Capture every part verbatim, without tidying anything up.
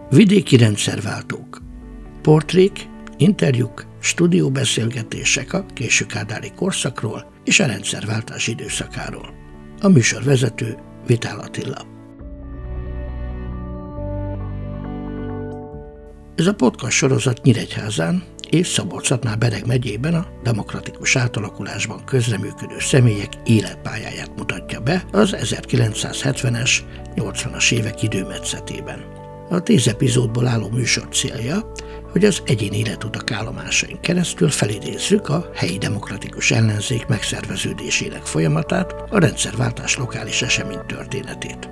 Vidéki rendszerváltók. Portrék, interjúk, stúdióbeszélgetések a késő kádári korszakról és a rendszerváltás időszakáról. A műsorvezető Vitál Attila. Ez a podcast sorozat Nyíregyházán és Szabolcs-Szatmár-Bereg megyében a demokratikus átalakulásban közreműködő személyek életpályáját mutatja be az ezerkilencszázhetvenes, nyolcvanas évek időmetszetében. A tíz epizódból álló műsor célja, hogy az egyéni életutak állomásain keresztül felidézzük a helyi demokratikus ellenzék megszerveződésének folyamatát, a rendszerváltás lokális esemény történetét.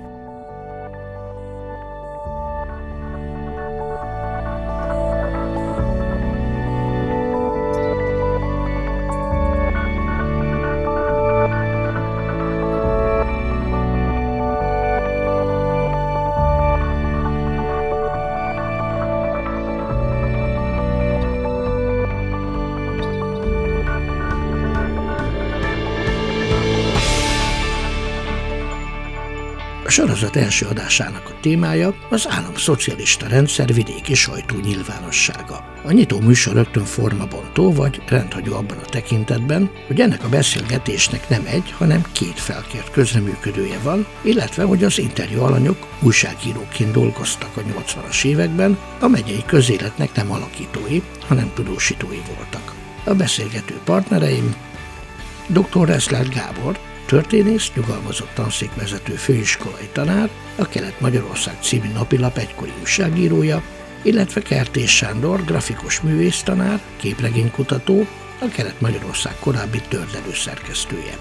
A sorozat első adásának a témája az államszocialista rendszer vidéki sajtó nyilvánossága. A nyitó műsor rögtön formabontó vagy rendhagyó abban a tekintetben, hogy ennek a beszélgetésnek nem egy, hanem két felkért közreműködője van, illetve hogy az interjú alanyok újságíróként dolgoztak a nyolcvanas években, a megyei közéletnek nem alakítói, hanem tudósítói voltak. A beszélgető partnereim dr. Reszler Gábor, történész, nyugalmazott tanszékvezető főiskolai tanár, a Kelet-Magyarország című napilap egykori újságírója, illetve Kertész Sándor, grafikus művésztanár, képregénykutató, a Kelet-Magyarország korábbi tördelő szerkesztője.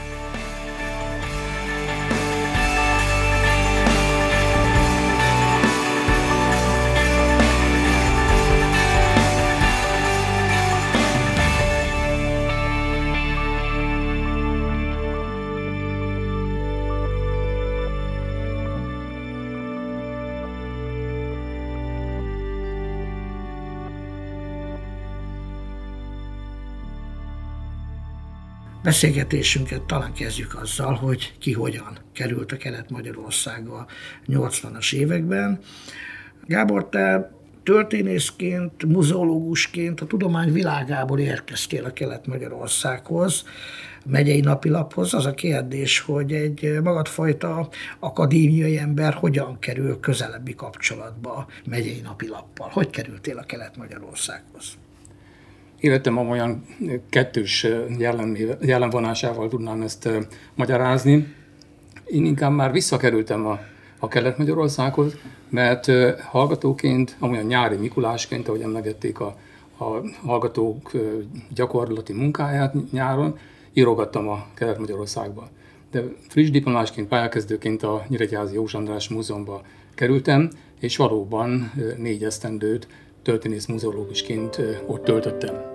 Beszélgetésünket talán kezdjük azzal, hogy ki hogyan került a Kelet-Magyarországba a nyolcvanas években. Gábor, te történészként, muzeológusként a tudomány világából érkeztél a Kelet-Magyarországhoz, a megyei napilaphoz. Az a kérdés, hogy egy magadfajta akadémiai ember hogyan kerül közelebbi kapcsolatba a megyei napilappal? Hogy kerültél a Kelet-Magyarországhoz? Életem olyan kettős jellemvonásával tudnám ezt magyarázni. Én inkább már visszakerültem a, a Kelet-Magyarországhoz, mert hallgatóként, amolyan nyári Mikulásként, ahogy emlegették a, a hallgatók gyakorlati munkáját nyáron, írogattam a Kelet-Magyarországba. De friss diplomásként, pályakezdőként a Nyíregyházi Jós András Múzeumba kerültem, és valóban négy esztendőt történész muzeológusként ott töltöttem.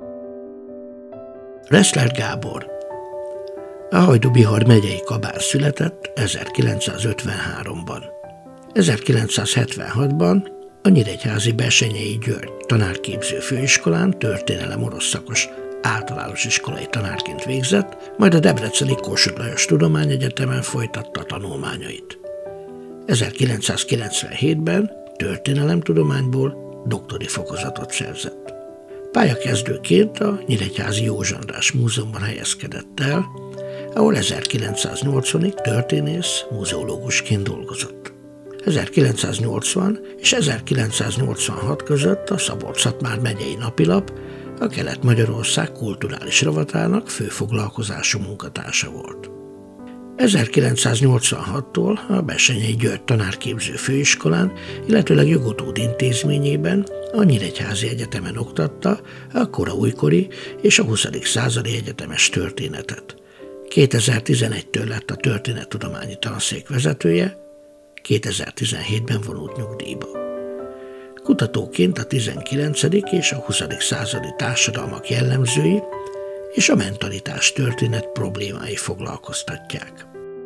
Reszler Gábor a Hajdú-Bihar megyei Kabán született ezerkilencszázötvenháromban. ezerkilencszázhetvenhatban a nyíregyházi Bessenyei György tanárképző főiskolán történelem orosz szakos általános iskolai tanárként végzett, majd a debreceni Kossuth Lajos Tudományegyetemen folytatta a tanulmányait. ezerkilencszázkilencvenhétben történelemtudományból doktori fokozatot szerzett. Pályakezdőként a Nyíregyházi József András Múzeumban helyezkedett el, ahol ezerkilencszáznyolcvanig történész, muzeológusként dolgozott. ezerkilencszáznyolcvan és ezerkilencszáznyolcvanhat között a Szabolcs-Szatmár megyei napilap a Kelet-Magyarország kulturális rovatának főfoglalkozású munkatársa volt. ezerkilencszáznyolcvanhattól a Bessenyei György tanárképző főiskolán, illetőleg jogutód intézményében a Nyíregyházi Egyetemen oktatta a kora újkori és a huszadik századi egyetemes történetet. kétezer-tizenegytől lett a történettudományi tanszék vezetője, kétezer-tizenhétben vonult nyugdíjba. Kutatóként a tizenkilencedik és a huszadik századi társadalmak jellemzői és a mentalitás történet problémái foglalkoztatják.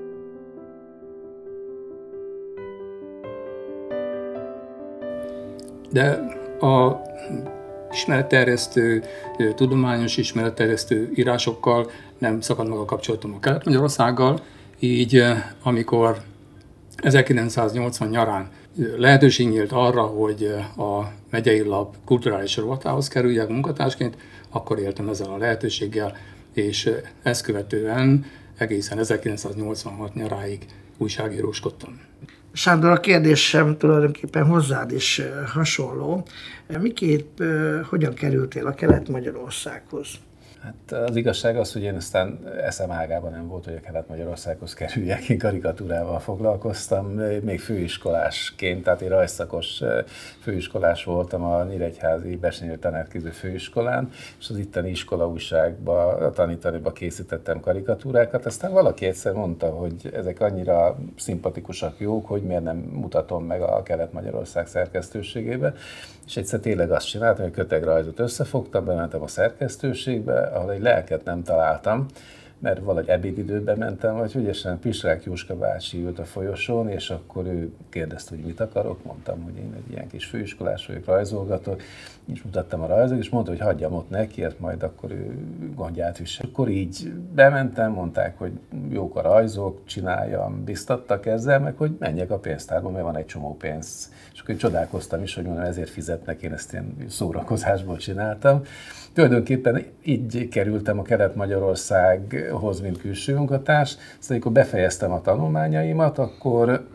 De a ismeretterjesztő, tudományos ismeretterjesztő írásokkal nem szakad meg a kapcsolatom a Kelet-Magyarországgal, így amikor ezerkilencszáznyolcvan nyarán lehetőség nyílt arra, hogy a megyei lap kulturális rovatához kerüljek munkatársként, akkor éltem ezzel a lehetőséggel, és ezt követően egészen ezerkilencszáznyolcvanhat nyaráig újságíróskodtam. Sándor, a kérdésem tulajdonképpen hozzád is hasonló. Miképp, hogyan kerültél a Kelet-Magyarországhoz? Hát az igazság az, hogy én aztán eszem ágában nem volt, hogy a Kelet-Magyarországhoz kerüljek. Én karikatúrával foglalkoztam, még főiskolásként, tehát én rajzszakos főiskolás voltam a Nyíregyházi Bessenyő Tanárképző Főiskolán, és az itteni iskolaújságba, a tanítaniba készítettem karikatúrákat. Aztán valaki egyszer mondta, hogy ezek annyira szimpatikusak, jók, hogy miért nem mutatom meg a Kelet-Magyarország szerkesztőségébe. És egyszer tényleg azt csináltam, hogy kötegrajzot összefogtam, bementem a szerkesztőségbe, ahol egy lelket nem találtam, mert valahogy ebédidőben mentem, vagy ügyesen Pisrák Jóska bácsi ült a folyosón, és akkor ő kérdezte, hogy mit akarok, mondtam, hogy én egy ilyen kis főiskolás vagyok, rajzolgatok, és mutattam a rajzot, és mondta, hogy hagyjam ott neki, ezt majd akkor ő gondját visel. Akkor így bementem, mondták, hogy jók a rajzok, csináljam, biztattak ezzel, meg hogy menjek a pénztárba, mert van egy csomó pénz. És akkor csodálkoztam is, hogy mondom, ezért fizetnek, én ezt ilyen szórakozásból csináltam. Tulajdonképpen így kerültem a Kelet-Magyarországhoz, mint külső munkatárs. Aztán, amikor befejeztem a tanulmányaimat, akkor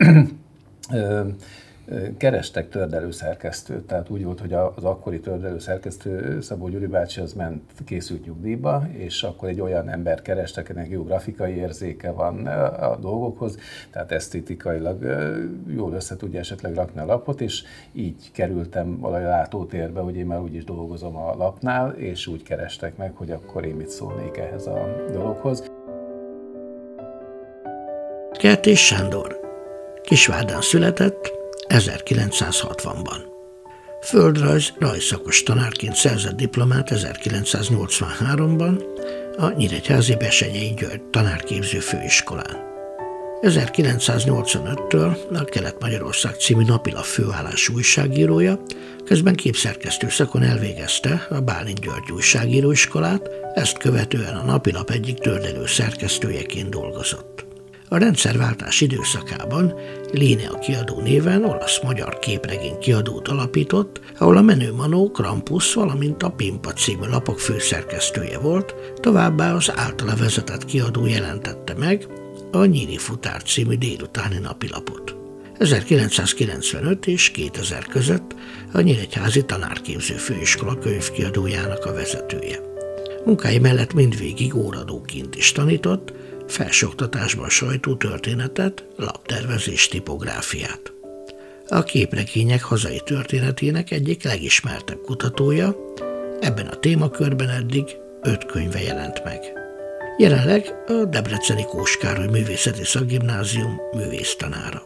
kerestek tördelőszerkesztőt, tehát úgy volt, hogy az akkori tördelőszerkesztő Szabó Gyuri bácsi az ment, készült nyugdíjba, és akkor egy olyan ember kerestek, akinek jó grafikai érzéke van a dolgokhoz, tehát esztétikailag jól össze tudja esetleg rakni a lapot, és így kerültem valahogy látótérbe, hogy én már úgyis dolgozom a lapnál, és úgy kerestek meg, hogy akkor én mit szólnék ehhez a dologhoz. Kertész Sándor Kisvárdán született ezerkilencszázhatvanban. Földrajz rajzszakos tanárként szerzett diplomát ezerkilencszáznyolcvanháromban a Nyíregyházi Bessenyei György Tanárképző Főiskolán. ezerkilencszáznyolcvanöttől a Kelet-Magyarország című napilap főállású újságírója, közben képszerkesztő szakon elvégezte a Bálint György újságíróiskolát, ezt követően a napilap egyik tördelő szerkesztőjeként dolgozott. A rendszerváltás időszakában Linea kiadó néven olasz-magyar képregény kiadót alapított, ahol a Menő Manó, Krampus, valamint a Pimpa című lapok főszerkesztője volt, továbbá az általa vezetett kiadó jelentette meg a Nyíri Futár című délutáni napilapot. ezerkilencszázkilencvenöt és kétezer között a Nyíregyházi Tanárképző Főiskola könyvkiadójának a vezetője. Munkái mellett mindvégig óradóként is tanított, felsőoktatásban sajtótörténetet, laptervezés, tipográfiát. A képregények hazai történetének egyik legismertebb kutatója, ebben a témakörben eddig öt könyve jelent meg. Jelenleg a debreceni Kós Károly Művészeti Szakgimnázium művésztanára.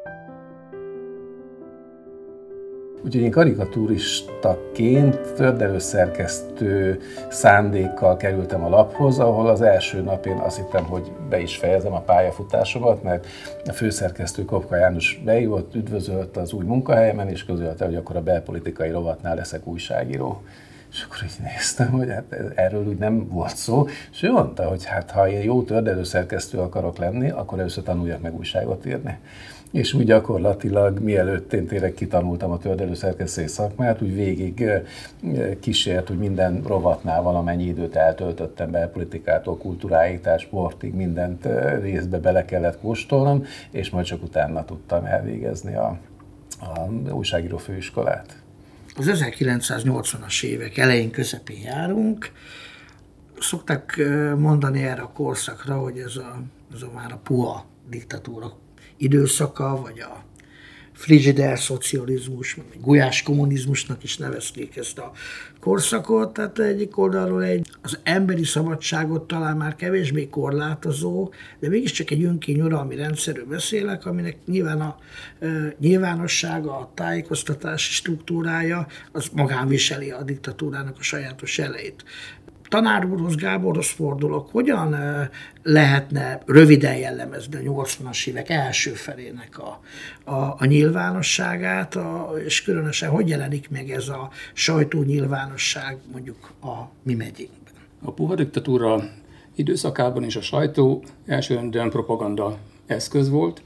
Úgyhogy én karikatúristaként, tördelőszerkesztő szándékkal kerültem a laphoz, ahol az első nap én azt hittem, hogy be is fejezem a pályafutásomat, mert a főszerkesztő Kopka János beívott, üdvözölt az új munkahelyemen, és közölte, hogy akkor a belpolitikai rovatnál leszek újságíró. És akkor így néztem, hogy hát erről úgy nem volt szó, és ő mondta, hogy hát ha én jó tördelőszerkesztő akarok lenni, akkor először tanuljak meg újságot írni. És úgy gyakorlatilag, mielőtt én tényleg kitanultam a tördelőszerkesztői szakmát, úgy végig kísért, hogy minden rovatnál valamennyi időt eltöltöttem belpolitikától, kultúráig, tehát sportig, mindent részbe bele kellett kóstolnom, és majd csak utána tudtam elvégezni a, a újságíró főiskolát. Az ezerkilencszáznyolcvanas évek elején, közepén járunk. Szokták mondani erre a korszakra, hogy ez a, ez a már a puha diktatúra időszaka, vagy a frigider szocializmus, vagy gulyás kommunizmusnak is nevezték ezt a korszakot. Tehát egyik oldalról egy, az emberi szabadságot talán már kevésbé korlátozó, de mégiscsak egy önkényuralmi rendszerről beszélek, aminek nyilván a e, nyilvánossága, a tájékoztatási struktúrája, az magán viseli a diktatúrának a sajátos elejét. Tanár úrhoz, Gáborhoz fordulok, hogyan lehetne röviden jellemezni a nyolcvanas évek első felének a, a, a nyilvánosságát, a, és különösen hogy jelenik meg ez a sajtó nyilvánosság mondjuk a mi megyénkben? A puha diktatúra időszakában is a sajtó elsőrendűen propaganda eszköz volt,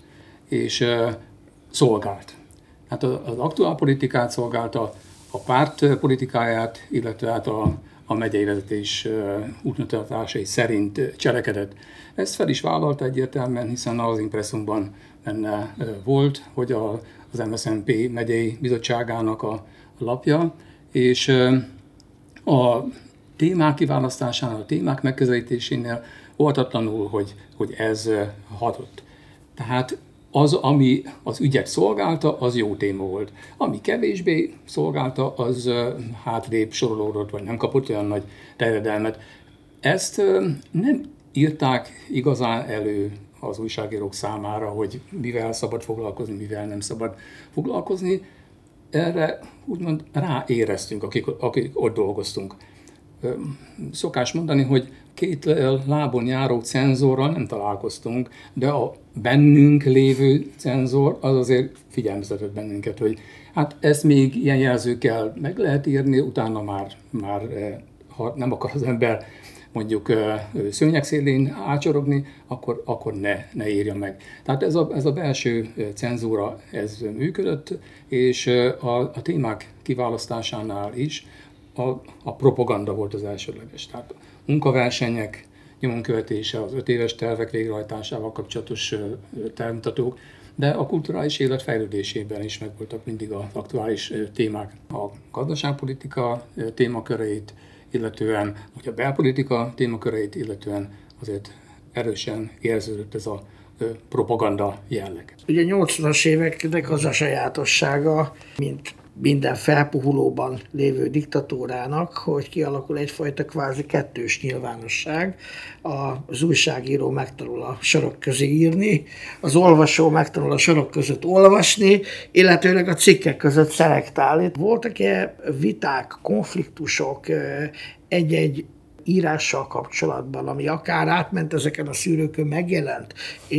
és szolgált. Hát az aktuálpolitikát szolgálta, a párt politikáját, illetve hát a, a megyei vezetés útmutatásai szerint cselekedett. Ezt fel is vállalta egyértelműen, hiszen az impresszumban benne volt, hogy a, az em es zé en pé megyei bizottságának a lapja, és a témák kiválasztásánál, a témák megközelítésénél óhatatlanul, hogy, hogy ez hatott. Tehát az, ami az ügyet szolgálta, az jó téma volt. Ami kevésbé szolgálta, az hátrébb sorolódott, vagy nem kapott olyan nagy terjedelmet. Ezt nem írták igazán elő az újságírók számára, hogy mivel szabad foglalkozni, mivel nem szabad foglalkozni. Erre úgymond ráéreztünk, akik, akik ott dolgoztunk. Szokás mondani, hogy két lábon járó cenzorral nem találkoztunk, de a bennünk lévő cenzor az azért figyelmeztetett bennünket, hogy hát ezt még ilyen jelzőkkel meg lehet írni, utána már, már ha nem akar az ember mondjuk szőnyeg szélén ácsorogni, akkor, akkor ne, ne írja meg. Tehát ez a, ez a belső cenzúra, ez működött, és a, a témák kiválasztásánál is a, a propaganda volt az elsődleges. Tehát munkaversenyek nyomon követése, az öt éves tervek végrehajtásával kapcsolatos tervmutatók, de a kulturális élet fejlődésében is megvoltak mindig az aktuális témák. A gazdaságpolitika témaköreit, illetően, vagy a belpolitika témaköreit, illetően azért erősen érződött ez a propaganda jelleg. Ugye a nyolcvanas éveknek az a sajátossága, mint minden felpuhulóban lévő diktatúrának, hogy kialakul egyfajta kvázi kettős nyilvánosság. Az újságíró megtanul a sorok közé írni, az olvasó megtanul a sorok között olvasni, illetőleg a cikkek között szelektálni. Voltak-e viták, konfliktusok egy-egy írással kapcsolatban, ami akár átment ezeken a szűrőkön, megjelent,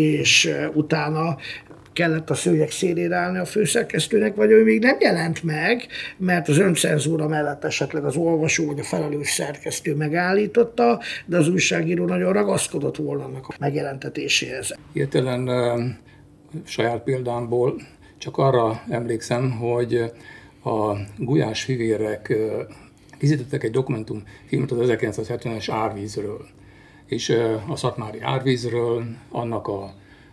és utána kellett a szőnyeg szélére állni a főszerkesztőnek, vagy ő még nem jelent meg, mert az öncenzúra mellett esetleg az olvasó vagy a felelős szerkesztő megállította, de az újságíró nagyon ragaszkodott volna annak a megjelentetéséhez. Hirtelen uh, saját példámból csak arra emlékszem, hogy a Gulyás fivérek uh, készítettek egy dokumentumfilmet az ezerkilencszázhetvenes árvízről, és uh, a szatmári árvízről, annak a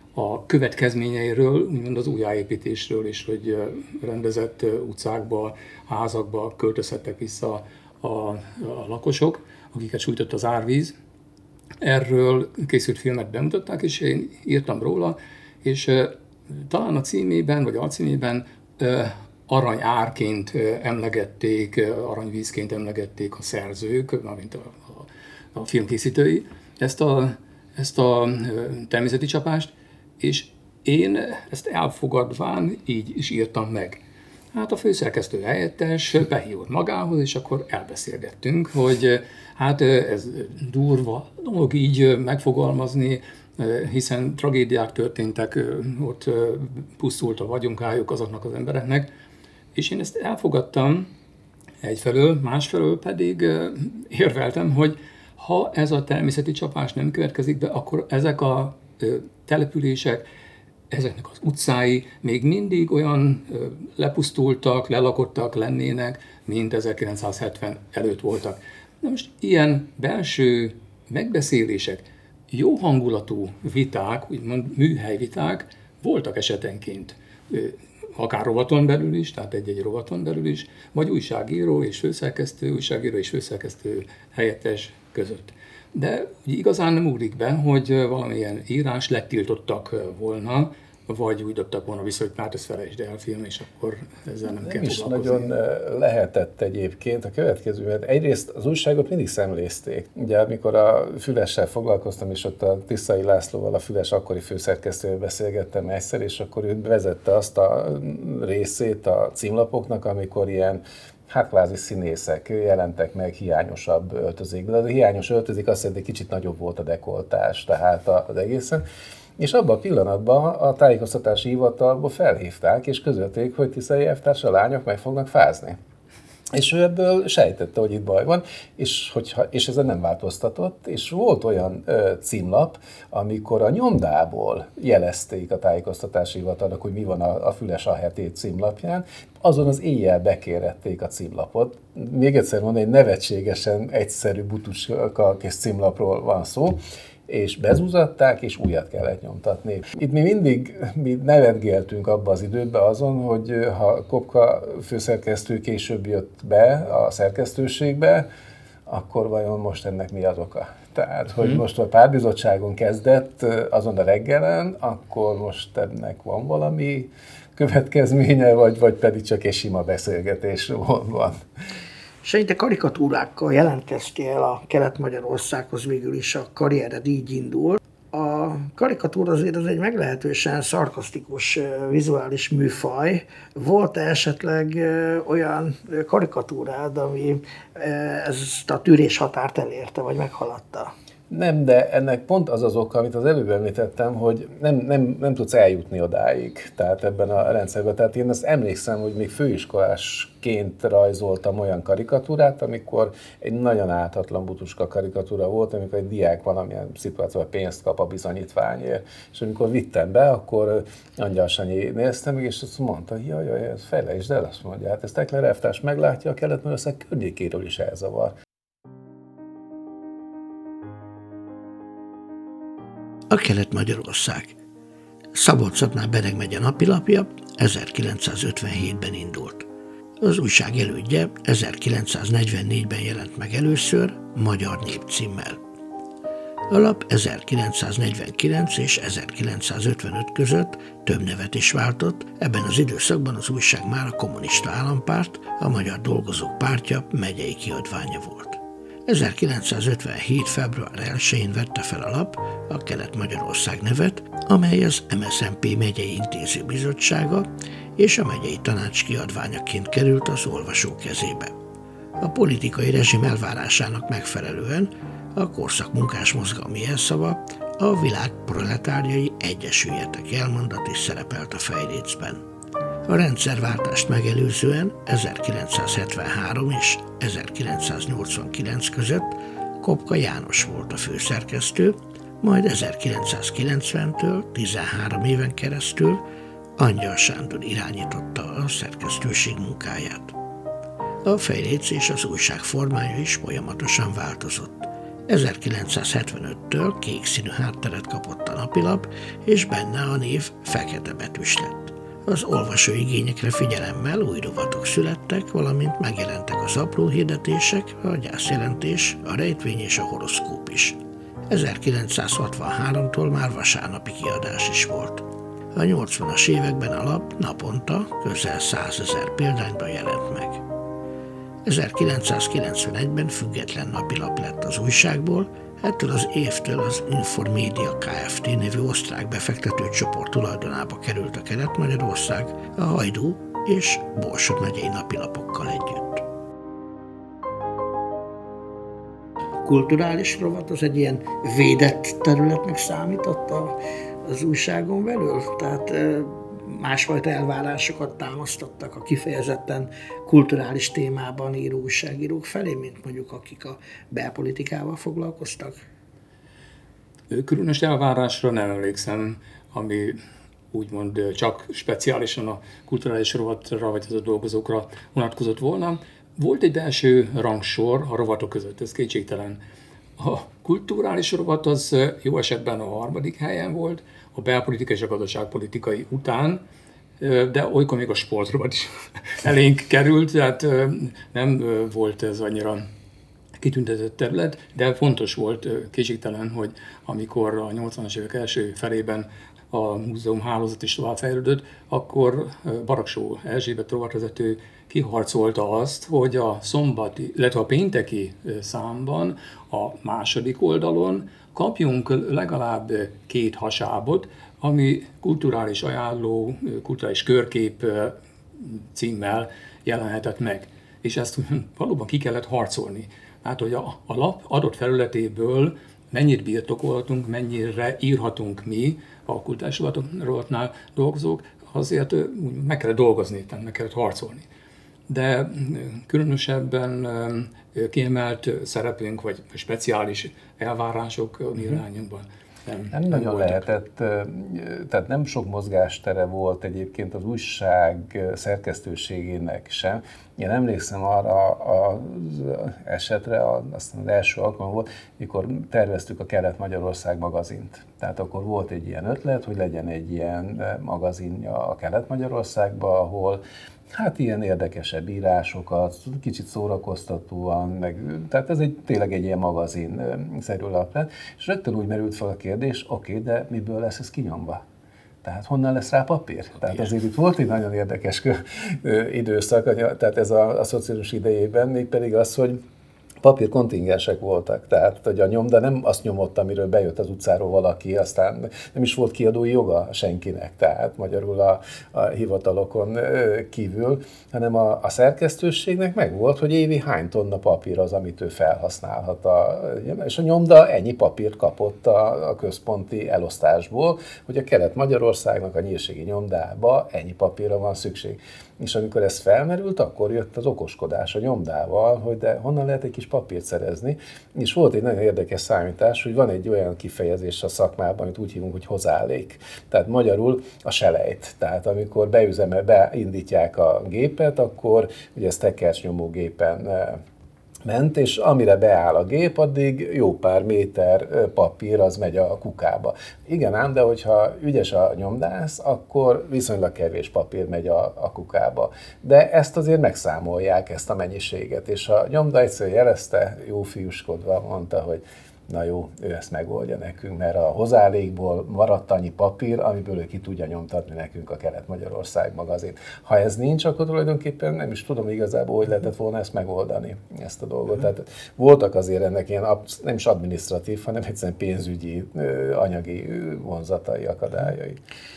a következményeiről, úgymond az újjáépítésről is, hogy rendezett utcákba, házakba költözhettek vissza a, a lakosok, akiket sújtott az árvíz. Erről készült filmet bemutatták, és én írtam róla, és talán a címében, vagy a címében aranyárként emlegették, aranyvízként emlegették a szerzők, mármint a, a, a filmkészítői, ezt a, ezt a természeti csapást, és én ezt elfogadván így is írtam meg. Hát a főszerkesztő helyettes behívott magához, és akkor elbeszélgettünk, hogy hát ez durva dolog így megfogalmazni, hiszen tragédiák történtek, ott pusztult a vagyonkájuk azoknak az embereknek, és én ezt elfogadtam egyfelől, másfelől pedig érveltem, hogy ha ez a természeti csapás nem következik be, akkor ezek a települések, ezeknek az utcái még mindig olyan lepusztultak, lelakottak lennének, mint ezerkilencszázhetven előtt voltak. Na most ilyen belső megbeszélések, jó hangulatú viták, úgymond műhelyviták voltak esetenként, akár rovaton belül is, tehát egy-egy rovaton belül is, vagy újságíró és főszerkesztő, újságíró és főszerkesztő helyettes között. De igazán nem ugrik be, hogy valamilyen írás letiltottak volna, vagy úgy dobtak volna vissza, hogy hát ezt felejtsd el, film, és akkor ezzel nem, nem kell is foglalkozni. Nagyon lehetett egyébként a következő, mert egyrészt az újságot mindig szemlézték. Ugye amikor a Fülessel foglalkoztam, és ott a Tiszai Lászlóval, a Füles akkori főszerkesztővel beszélgettem egyszer, és akkor ő vezette azt a részét a címlapoknak, amikor ilyen hát kvázi színészek jelentek meg hiányosabb öltözékben. De a hiányos öltözék azt jelenti, kicsit nagyobb volt a dekoltás, tehát az egészen. És abban a pillanatban a tájékoztatási hivatalból felhívták, és közölték, hogy Tiszai elvtárs, a lányok meg fognak fázni. És ő ebből sejtette, hogy itt baj van, és, hogyha, és ezzel nem változtatott, és volt olyan ö, címlap, amikor a nyomdából jelezték a tájékoztatási hivatalnak, hogy mi van a, a Füles a heti címlapján, azon az éjjel bekérették a címlapot. Még egyszer mondom, egy nevetségesen egyszerű butuska kis címlapról van szó, és bezúzatták, és újat kellett nyomtatni. Itt mi mindig mi nevetgéltünk abba az időben azon, hogy ha Kopka főszerkesztő később jött be a szerkesztőségbe, akkor vajon most ennek mi az oka? Tehát, hogy hmm. most a pártbizottságon kezdett azon a reggelen, akkor most ennek van valami következménye, vagy, vagy pedig csak egy sima beszélgetés van. Szerinte karikatúrákkal jelentkeztél a Kelet-Magyarországhoz, végül is a karriered így indul. A karikatúra azért az egy meglehetősen szarkasztikus vizuális műfaj. Volt-e esetleg olyan karikatúrád, ami ezt a tűrés határt elérte, vagy meghaladta? Nem, de ennek pont az az oka, amit az előbb említettem, hogy nem, nem, nem tudsz eljutni odáig, tehát ebben a rendszerben. Tehát én azt emlékszem, hogy még főiskolásként rajzoltam olyan karikatúrát, amikor egy nagyon ártatlan butuska karikatúra volt, amikor egy diák valamilyen szituációban pénzt kap a bizonyítványért. És amikor vittem be, akkor Angyal Sanyi nézte meg, és azt mondta, jaj, jaj, ez felejtsd el, azt mondja, hát ezt Tekler elvtárs meglátja, a Kelet-Magyarország környékéről is elzavar. A Kelet-Magyarország. Szabolcs-Szatmár-Bereg megye napilapja ezerkilencszázötvenhétben indult. Az újság elődje ezerkilencszáznegyvennégyben jelent meg először Magyar Nép címmel. A lap ezerkilencszáznegyvenkilenc és ezerkilencszázötvenöt között több nevet is váltott, ebben az időszakban az újság már a Kommunista Állampárt, a Magyar Dolgozók Pártja megyei kiadványa volt. ezerkilencszázötvenhét. február elsején vette fel a lap a Kelet-Magyarország nevet, amely az em es zé em pé megyei intézőbizottsága és a megyei tanács kiadványaként került az olvasó kezébe. A politikai rezsim elvárásának megfelelően a korszak munkásmozgalmi jelszava a világ proletárjai egyesüljetek elmondat is szerepelt a fejlécben. A rendszerváltást megelőzően ezerkilencszázhetvenhárom és ezerkilencszáznyolcvankilenc között Kopka János volt a főszerkesztő, majd ezerkilencszázkilencventől tizenhárom éven keresztül Angyal Sándor irányította a szerkesztőség munkáját. A fejléc és az újság formája is folyamatosan változott. ezerkilencszázhetvenöttől kék színű hátteret kapott a napilap, és benne a név fekete betűs lett. Az olvasói igényekre figyelemmel új rovatok születtek, valamint megjelentek az apró hirdetések, a gyászjelentés, a rejtvény és a horoszkóp is. ezerkilencszázhatvanháromtól már vasárnapi kiadás is volt. A nyolcvanas években a lap naponta közel százezer példányban jelent meg. ezerkilencszázkilencvenegyben független napilap lett az újságból, ettől az évtől az Informédia Kft. Nevű osztrák befektetőcsoport tulajdonába került a Kelet-Magyarország a Hajdú és Borsod megyei napilapokkal együtt. A kulturális rovat az egy ilyen védett területnek számított az újságon belül? Tehát másfajta elvárásokat támasztottak a kifejezetten kulturális témában író újságírók felé, mint mondjuk akik a belpolitikával foglalkoztak? Különös elvárásra nem emlékszem, ami úgymond csak speciálisan a kulturális rovatra vagy az a dolgozókra vonatkozott volna. Volt egy belső rangsor a rovatok között, ez kétségtelen. A kulturális rovat az jó esetben a harmadik helyen volt, a belpolitikai és a gazdaságpolitikai után, de olykor még a sportrovat is elénk került, tehát nem volt ez annyira kitüntetett terület, de fontos volt kétségtelen, hogy amikor a nyolcvanas évek első felében a múzeum hálózat is továbbfejlődött, akkor Baraksó Erzsébet rovatvezető kiharcolta azt, hogy a szombati, illetve a pénteki számban a második oldalon kapjunk legalább két hasábot, ami kulturális ajánló, kulturális körkép címmel jelenhetett meg. És ezt valóban ki kellett harcolni. Hát, hogy a, a lap adott felületéből mennyit birtokolhatunk, mennyire írhatunk mi, a kulturális rovatnál dolgozók, azért meg kellett dolgozni, tehát meg kellett harcolni. de különösebben kiemelt szerepünk, vagy speciális elvárások uh-huh. irányunkban nem, nem, nem nagyon voltak. lehetett, tehát nem sok mozgástere volt egyébként az újság szerkesztőségének sem. Én emlékszem arra az esetre, aztán az első alkalom volt, mikor terveztük a Kelet-Magyarország magazint. Tehát akkor volt egy ilyen ötlet, hogy legyen egy ilyen magazinja a Kelet-Magyarországban, ahol hát ilyen érdekesebb írásokat, kicsit szórakoztatóan, meg, tehát ez egy, tényleg egy ilyen magazin-szerű lap lett, és rögtön úgy merült fel a kérdés, oké, okay, de miből lesz ez kinyomva? Tehát honnan lesz rá papír? papír. Tehát azért itt volt egy nagyon érdekes időszak, tehát ez a, a szociális idejében, mégpedig az, hogy papírkontingensek voltak, tehát hogy a nyomda nem azt nyomott, amiről bejött az utcáról valaki, aztán nem is volt kiadói joga senkinek, tehát magyarul a, a hivatalokon kívül, hanem a, a szerkesztőségnek meg volt, hogy évi hány tonna papír az, amit ő felhasználhat. A, és a nyomda ennyi papírt kapott a, a központi elosztásból, hogy a Kelet-Magyarországnak a nyírségi nyomdába ennyi papírra van szükség. És amikor ez felmerült, akkor jött az okoskodás a nyomdával, hogy de honnan lehet egy kis papírt szerezni. És volt egy nagyon érdekes számítás, hogy van egy olyan kifejezés a szakmában, amit úgy hívunk, hogy hozzálék. Tehát magyarul a selejt. Tehát amikor beüzemel, beindítják a gépet, akkor ugye ez tekercsnyomógépen ment, és amire beáll a gép, addig jó pár méter papír az megy a kukába. Igen ám, de hogyha ügyes a nyomdász, akkor viszonylag kevés papír megy a, a kukába. De ezt azért megszámolják, ezt a mennyiséget, és a nyomda egyszerűen jelezte, jó fiúskodva mondta, hogy na jó, ő ezt megoldja nekünk, mert a hozzálékból maradt annyi papír, amiből ő ki tudja nyomtatni nekünk a Kelet-Magyarország magazint. Ha ez nincs, akkor tulajdonképpen nem is tudom igazából, hogy lehetett volna ezt megoldani, ezt a dolgot. Tehát voltak azért ennek ilyen, nem is adminisztratív, hanem egyszerűen pénzügyi, anyagi vonzatai, akadályai.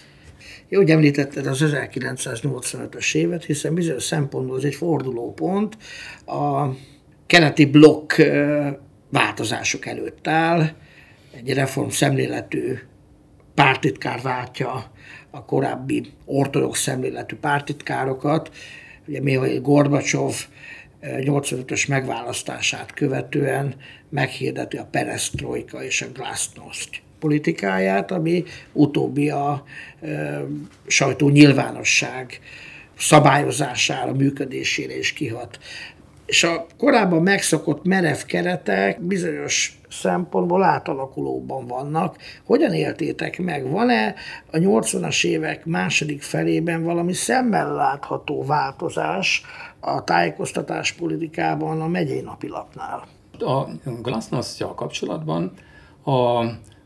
Jó, hogy említetted az ezerkilencszáznyolcvanötös évet, hiszen bizonyos szempontból ez egy fordulópont. A keleti blokk változások előtt áll, egy reform szemléletű pártitkár váltja a korábbi ortodox szemléletű pártitkárokat. Ugye Mihail Gorbacsov nyolcvanötös megválasztását követően meghirdeti a peresztrojka és a glasznost politikáját, ami utóbbi a e, sajtó nyilvánosság szabályozására, működésére is kihat. És a korábban megszokott merev keretek bizonyos szempontból átalakulóban vannak. Hogyan éltétek meg? Van-e a nyolcvanas évek második felében valami szemmel látható változás a tájékoztatás politikában a megyei napilapnál? A glasznoszttal kapcsolatban a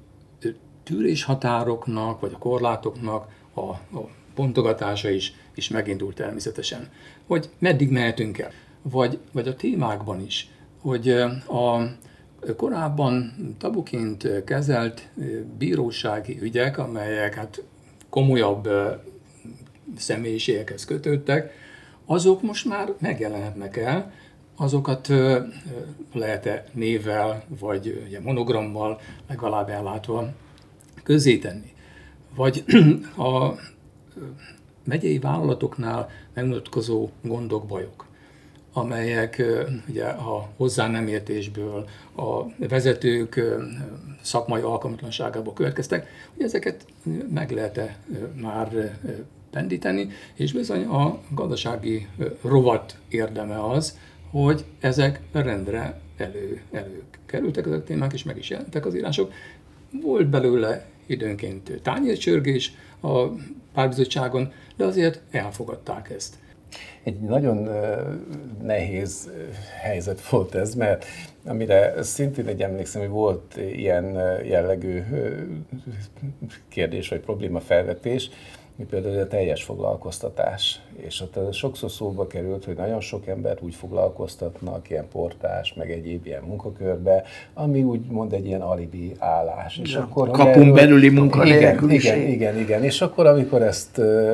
tűréshatároknak, vagy a korlátoknak a, a bontogatása is, is megindult természetesen. Hogy meddig mehetünk el? Vagy, vagy a témákban is, hogy a korábban tabuként kezelt bírósági ügyek, amelyek hát komolyabb személyiségekhez kötődtek, azok most már megjelenhetnek el, azokat lehet-e névvel, vagy ugye monogrammal legalább ellátva közzétenni. Vagy a megyei vállalatoknál megmutatkozó gondok, bajok, amelyek ugye a hozzá nem értésből, a vezetők szakmai alkalmatlanságából következtek, hogy ezeket meg lehet már pendíteni, és bizony a gazdasági rovat érdeme az, hogy ezek rendre elő, előkerültek ezek a témák, és meg is jelentek az írások. Volt belőle időnként tányércsörgés a pártbizottságon, de azért elfogadták ezt. Egy nagyon nehéz helyzet volt ez, mert amire szintén egy emlékszem, hogy volt ilyen jellegű kérdés vagy problémafelvetés, mint például a teljes foglalkoztatás. És ott sokszor szóba került, hogy nagyon sok embert úgy foglalkoztatnak, ilyen portás, meg egyéb ilyen munkakörbe, ami úgymond egy ilyen alibi állás. És ja, akkor, kapun belüli munkanélküliség. Igen, igen, igen, igen. És akkor, amikor ezt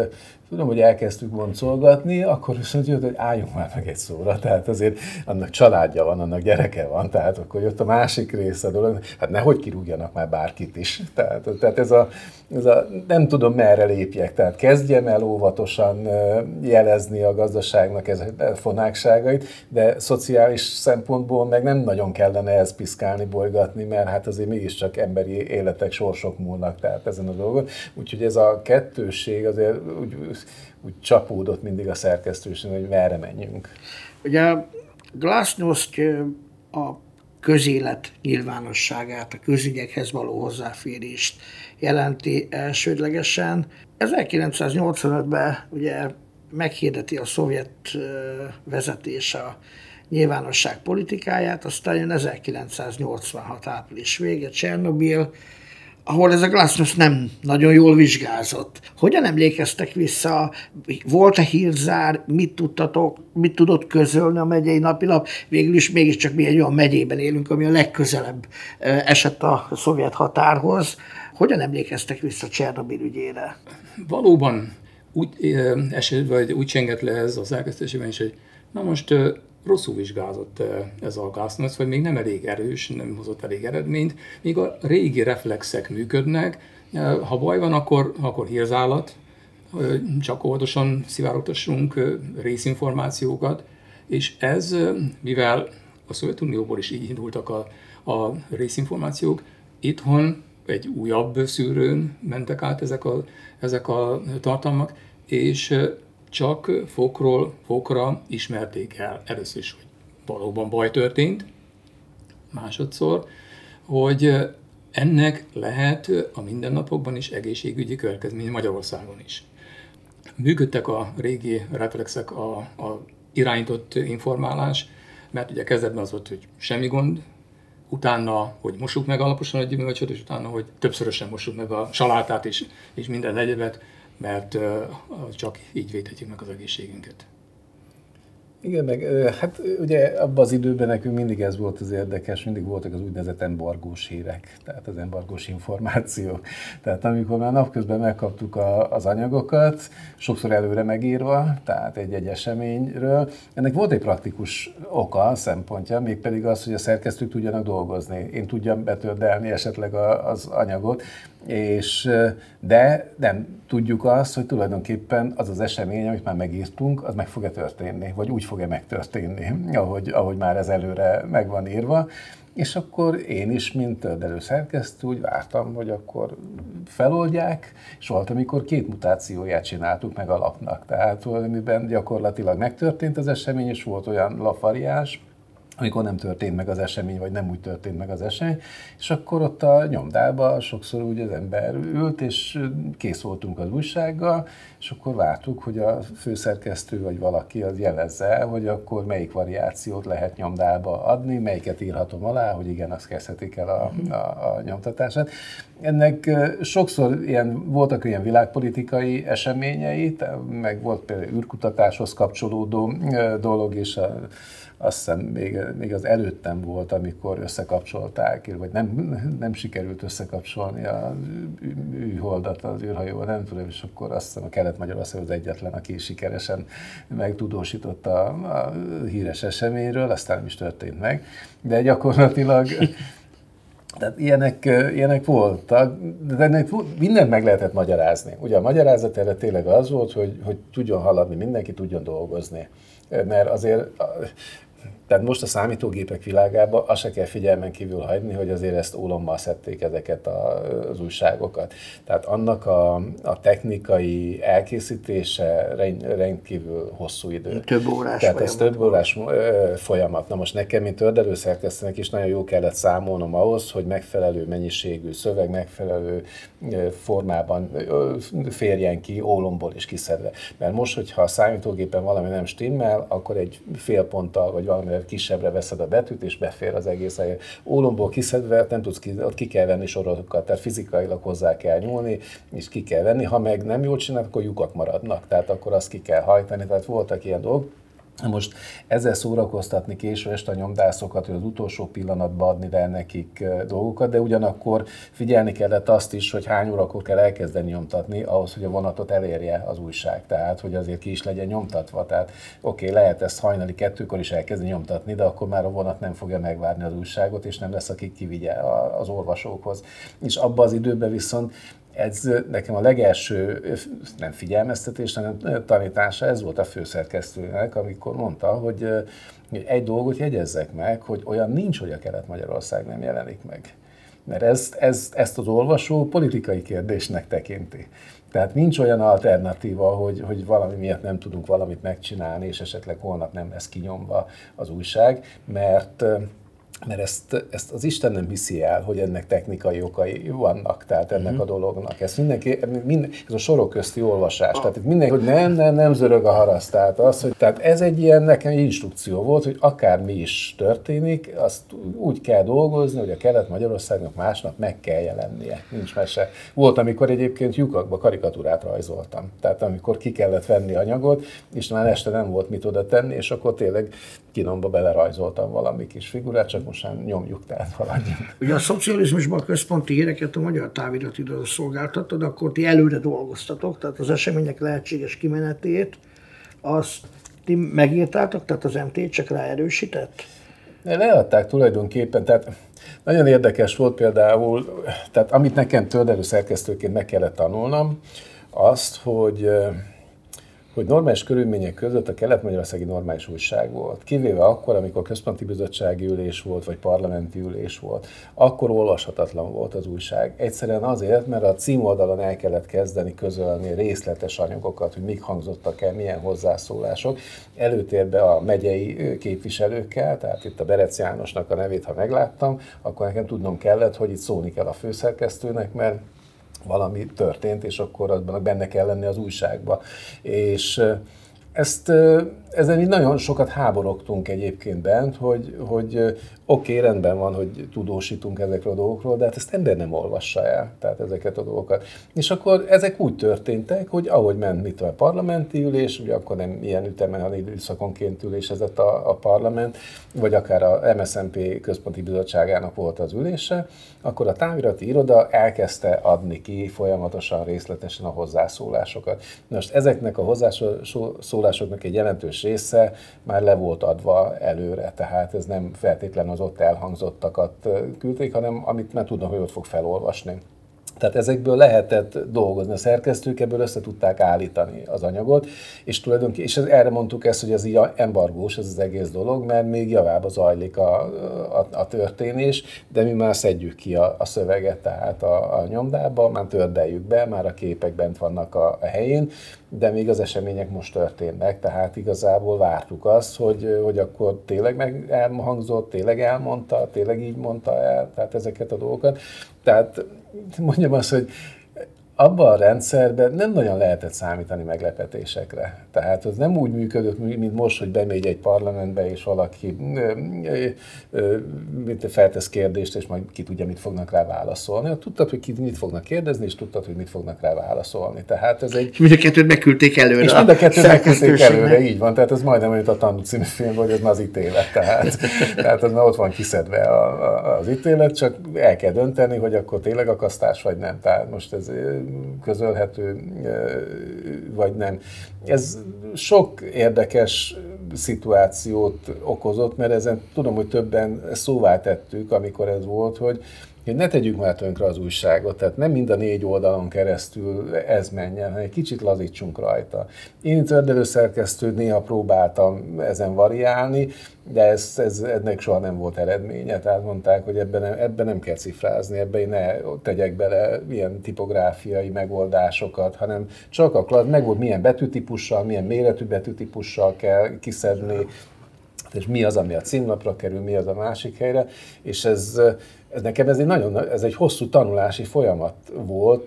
tudom, hogy elkezdtük boncolgatni, akkor viszont jött, hogy álljunk már meg egy szóra. Tehát azért annak családja van, annak gyereke van, tehát akkor jött a másik része a dolog. Hát nehogy kirúgjanak már bárkit is. Tehát, tehát ez, a, ez a, nem tudom merre lépjek. Tehát kezdjem el óvatosan jelezni a gazdaságnak ezeket a fonákságait, de szociális szempontból meg nem nagyon kellene ezt piszkálni, bolygatni, mert hát azért mégiscsak emberi életek, sorsok múlnak tehát ezen a dolgon. Úgyhogy ez a kettősség azért úgy, úgy csapódott mindig a szerkesztősen, hogy merre menjünk. Ugye a Glasnost a közélet nyilvánosságát, a közügyekhez való hozzáférést jelenti elsődlegesen. ezerkilencszáznyolcvanötben ugye meghirdeti a szovjet vezetés a nyilvánosság politikáját, aztán jön ezerkilencszáznyolcvanhat április vége, Csernobil, ahol ez a Glasnost nem nagyon jól vizsgázott. Hogyan emlékeztek vissza? Volt-e hírzár? Mit tudtatok? Mit tudott közölni a megyei napilap? Végül is mégiscsak mi egy olyan megyében élünk, ami a legközelebb esett a szovjet határhoz. Hogyan emlékeztek vissza Csernobil ügyére? Valóban úgy esett, vagy úgy csengett le ez az elkezdésében is, hogy na most rosszul vizsgázott ez a Glasnost, vagy még nem elég erős, nem hozott elég eredményt, míg a régi reflexek működnek. Ha baj van, akkor, akkor hírzálat, csak óvatosan szivárogtassunk részinformációkat, és ez, mivel a Szovjetunióból is így indultak a, a részinformációk, itthon egy újabb szűrőn mentek át ezek a, ezek a tartalmak, és csak fokról fokra ismerték el először is, hogy valóban baj történt, másodszor, hogy ennek lehet a mindennapokban is egészségügyi következmény Magyarországon is. Működtek a régi reflexek, a, a irányított informálás, mert ugye kezdetben az volt, hogy semmi gond, utána, hogy mossuk meg alaposan a gyümölcsöt, és utána, hogy többszörösen mossuk meg a salátát és, és minden egyebet, mert uh, csak így védhetjük meg az egészségünket. Igen, meg hát ugye abban az időben nekünk mindig ez volt az érdekes, mindig voltak az úgynevezett embargós hírek, tehát az embargós információk. Tehát amikor már napközben megkaptuk a, az anyagokat, sokszor előre megírva, tehát egy-egy eseményről, ennek volt egy praktikus oka, szempontja, mégpedig az, hogy a szerkesztők tudjanak dolgozni. Én tudjam betöldelni esetleg a, az anyagot, és, de nem tudjuk azt, hogy tulajdonképpen az az esemény, amit már megírtunk, az meg fog-e történni, vagy úgy fog-e megtörténni, ahogy, ahogy már ez előre meg van írva. És akkor én is, mint töldelő szerkesztő, úgy vártam, hogy akkor feloldják, és volt, amikor két mutációját csináltuk meg a lapnak. Tehát valamiben gyakorlatilag megtörtént az esemény, és volt olyan lapvariáns, amikor nem történt meg az esemény, vagy nem úgy történt meg az esemény, és akkor ott a nyomdában sokszor úgy az ember ült, és kész voltunk az újsággal, és akkor vártuk, hogy a főszerkesztő vagy valaki az jelezze, hogy akkor melyik variációt lehet nyomdába adni, melyiket írhatom alá, hogy igen, azt kezdhetik el a, a, a nyomtatását. Ennek sokszor ilyen, voltak ilyen világpolitikai eseményei, meg volt például űrkutatáshoz kapcsolódó dolog, és a azt hiszem még, még az előttem volt, amikor összekapcsolták, vagy nem, nem sikerült összekapcsolni az űrholdat az űrhajóval, nem tudom, és akkor azt hiszem a Kelet-Magyarország az egyetlen, aki sikeresen megtudósított a, a híres eseményről, aztán nem is történt meg, de gyakorlatilag tehát ilyenek, ilyenek voltak, de ennek mindent meg lehetett magyarázni. Ugye a magyarázat erre tényleg az volt, hogy, hogy tudjon haladni, mindenki tudjon dolgozni. Mert azért, tehát most a számítógépek világában azt se kell figyelmen kívül hagyni, hogy azért ezt ólommal szedték ezeket az újságokat. Tehát annak a, a technikai elkészítése rendkívül hosszú idő. Több órás Tehát folyamat. ez több órás folyamat. Na most nekem, mint tördelőszerkesztőnek is nagyon jó kellett számolnom ahhoz, hogy megfelelő mennyiségű szöveg, megfelelő formában férjen ki, ólomból is kiszedve. Mert most, hogyha a számítógépen valami nem stimmel, akkor egy fél ponttal, vagy valami kisebbre veszed a betűt, és befér az egész. Ólomból kiszedve nem tudsz ki, ott ki kell venni sorokat, tehát fizikailag hozzá kell nyúlni, és ki kell venni. Ha meg nem jól csinál, akkor lyukak maradnak, tehát akkor azt ki kell hajtani, tehát voltak ilyen dolgok. Most ezzel szórakoztatni késő este a nyomdászokat, hogy az utolsó pillanatban adni le nekik dolgokat, de ugyanakkor figyelni kellett azt is, hogy hány órakor kell elkezdeni nyomtatni, ahhoz, hogy a vonatot elérje az újság. Tehát, hogy azért ki is legyen nyomtatva. Tehát oké, okay, lehet ezt hajnali kettőkor is elkezdeni nyomtatni, de akkor már a vonat nem fogja megvárni az újságot, és nem lesz, aki kivigye az olvasókhoz. És abban az időben viszont ez nekem a legelső, nem figyelmeztetés, hanem tanítása, ez volt a főszerkesztőnek, amikor mondta, hogy egy dolgot jegyezzek meg, hogy olyan nincs, hogy a Kelet-Magyarország nem jelenik meg. Mert ez, ez, ezt az olvasó politikai kérdésnek tekinti. Tehát nincs olyan alternatíva, hogy, hogy valami miatt nem tudunk valamit megcsinálni, és esetleg holnap nem lesz kinyomva az újság, mert mert ezt, ezt az Isten nem hiszi el, hogy ennek technikai okai vannak, tehát ennek uh-huh. a dolognak. Ez, mindenki, minden, ez a sorok közti olvasás, ah. tehát itt mindenki, hogy nem, nem, nem zörög a harasz. Tehát, az, hogy, tehát ez egy ilyen nekem egy instrukció volt, hogy akármi is történik, azt úgy kell dolgozni, hogy a Kelet-Magyarországnak másnap meg kell jelennie. Nincs mese. Volt, amikor egyébként lyukakba karikatúrát rajzoltam. Tehát amikor ki kellett venni anyagot, és már este nem volt mit oda tenni, és akkor tényleg kinomba belerajzoltam valami kis figurát, csak most már nyomjuk, tehát haladjunk. Ugye a szocializmusban a központi híreket a Magyar Távirati Iroda szolgáltatod, akkor ti előre dolgoztatok, tehát az események lehetséges kimenetét, azt ti megírtátok, tehát az em té csak rá erősített? Leadták tulajdonképpen, tehát nagyon érdekes volt például, tehát amit nekem tőlelő szerkesztőként meg kellett tanulnom, azt, hogy hogy normális körülmények között a kelet-magyarországi normális újság volt. Kivéve akkor, amikor központi bizottsági ülés volt, vagy parlamenti ülés volt, akkor olvashatatlan volt az újság. Egyszerűen azért, mert a címoldalon el kellett kezdeni közölni részletes anyagokat, hogy mik hangzottak el, milyen hozzászólások. Előtérbe a megyei képviselőkkel, tehát itt a Berec Jánosnak a nevét, ha megláttam, akkor nekem tudnom kellett, hogy itt szólni kell a főszerkesztőnek, mert valami történt, és akkor azban benne kell lenni az újságba. És ezt, ezen nagyon sokat háborogtunk egyébként bent, hogy, hogy oké, okay, rendben van, hogy tudósítunk ezekről a dolgokról, de hát ezt ember nem olvassa el, tehát ezeket a dolgokat. És akkor ezek úgy történtek, hogy ahogy ment mit a parlamenti ülés, ugye akkor nem ilyen ütemen, hanem időszakonként ülésezett a, a parlament, vagy akár a em es zé en pé központi bizottságának volt az ülése, akkor a távirati iroda elkezdte adni ki folyamatosan, részletesen a hozzászólásokat. Most ezeknek a hozzászólásoknak egy jelentős része már le volt adva előre, tehát ez nem feltétlenül az ott elhangzottakat küldték, hanem amit már tudnak, hogy ott fog felolvasni. Tehát ezekből lehetett dolgozni. A szerkesztők ebből össze tudták állítani az anyagot, és tulajdonképpen, és erre mondtuk ezt, hogy ez így embargós, ez az egész dolog, mert még javába zajlik a, a, a történés, de mi már szedjük ki a, a szöveget, tehát a, a nyomdába, már tördeljük be, már a képek bent vannak a, a helyén, de még az események most történnek, tehát igazából vártuk azt, hogy, hogy akkor tényleg meg elhangzott, tényleg elmondta, tényleg így mondta el, tehát ezeket a dolgokat. Tehát mondjam azt, hogy abban a rendszerben nem nagyon lehetett számítani meglepetésekre. Tehát az nem úgy működött, mint most, hogy bemegy egy parlamentbe, és valaki feltesz kérdést, és majd ki tudja, mit fognak rá válaszolni. Tudtad, hogy ki mit fognak kérdezni, és tudtad, hogy mit fognak rá válaszolni. Tehát ez egy... És mind a kettőt megküldték előre. És mind a kettőt megküldték előre, így van. Tehát ez majdnem olyan, mint a Tanú című film, hogy ez már az ítélet. Tehát, tehát az már ott van kiszedve a, a, az ítélet, csak el kell dönteni, hogy akkor tényleg akasztás, vagy nem. Tehát most ez közölhető, vagy nem. Ez sok érdekes szituációt okozott, mert ezen tudom, hogy többen szóvá tettük, amikor ez volt, hogy hogy ne tegyük már tönkre az újságot, tehát nem mind a négy oldalon keresztül ez menjen, hanem egy kicsit lazítsunk rajta. Én tördelőszerkesztő néha próbáltam ezen variálni, de ez, ez, ennek soha nem volt eredménye, tehát mondták, hogy ebben nem, ebben nem kell cifrázni, ebben én ne tegyek bele ilyen tipográfiai megoldásokat, hanem csak a klassz, meg volt milyen betűtípussal, milyen méretű betűtípussal kell kiszedni, és mi az, ami a címlapra kerül, mi az a másik helyre, és ez, ez nekem ez egy nagyon, ez egy hosszú tanulási folyamat volt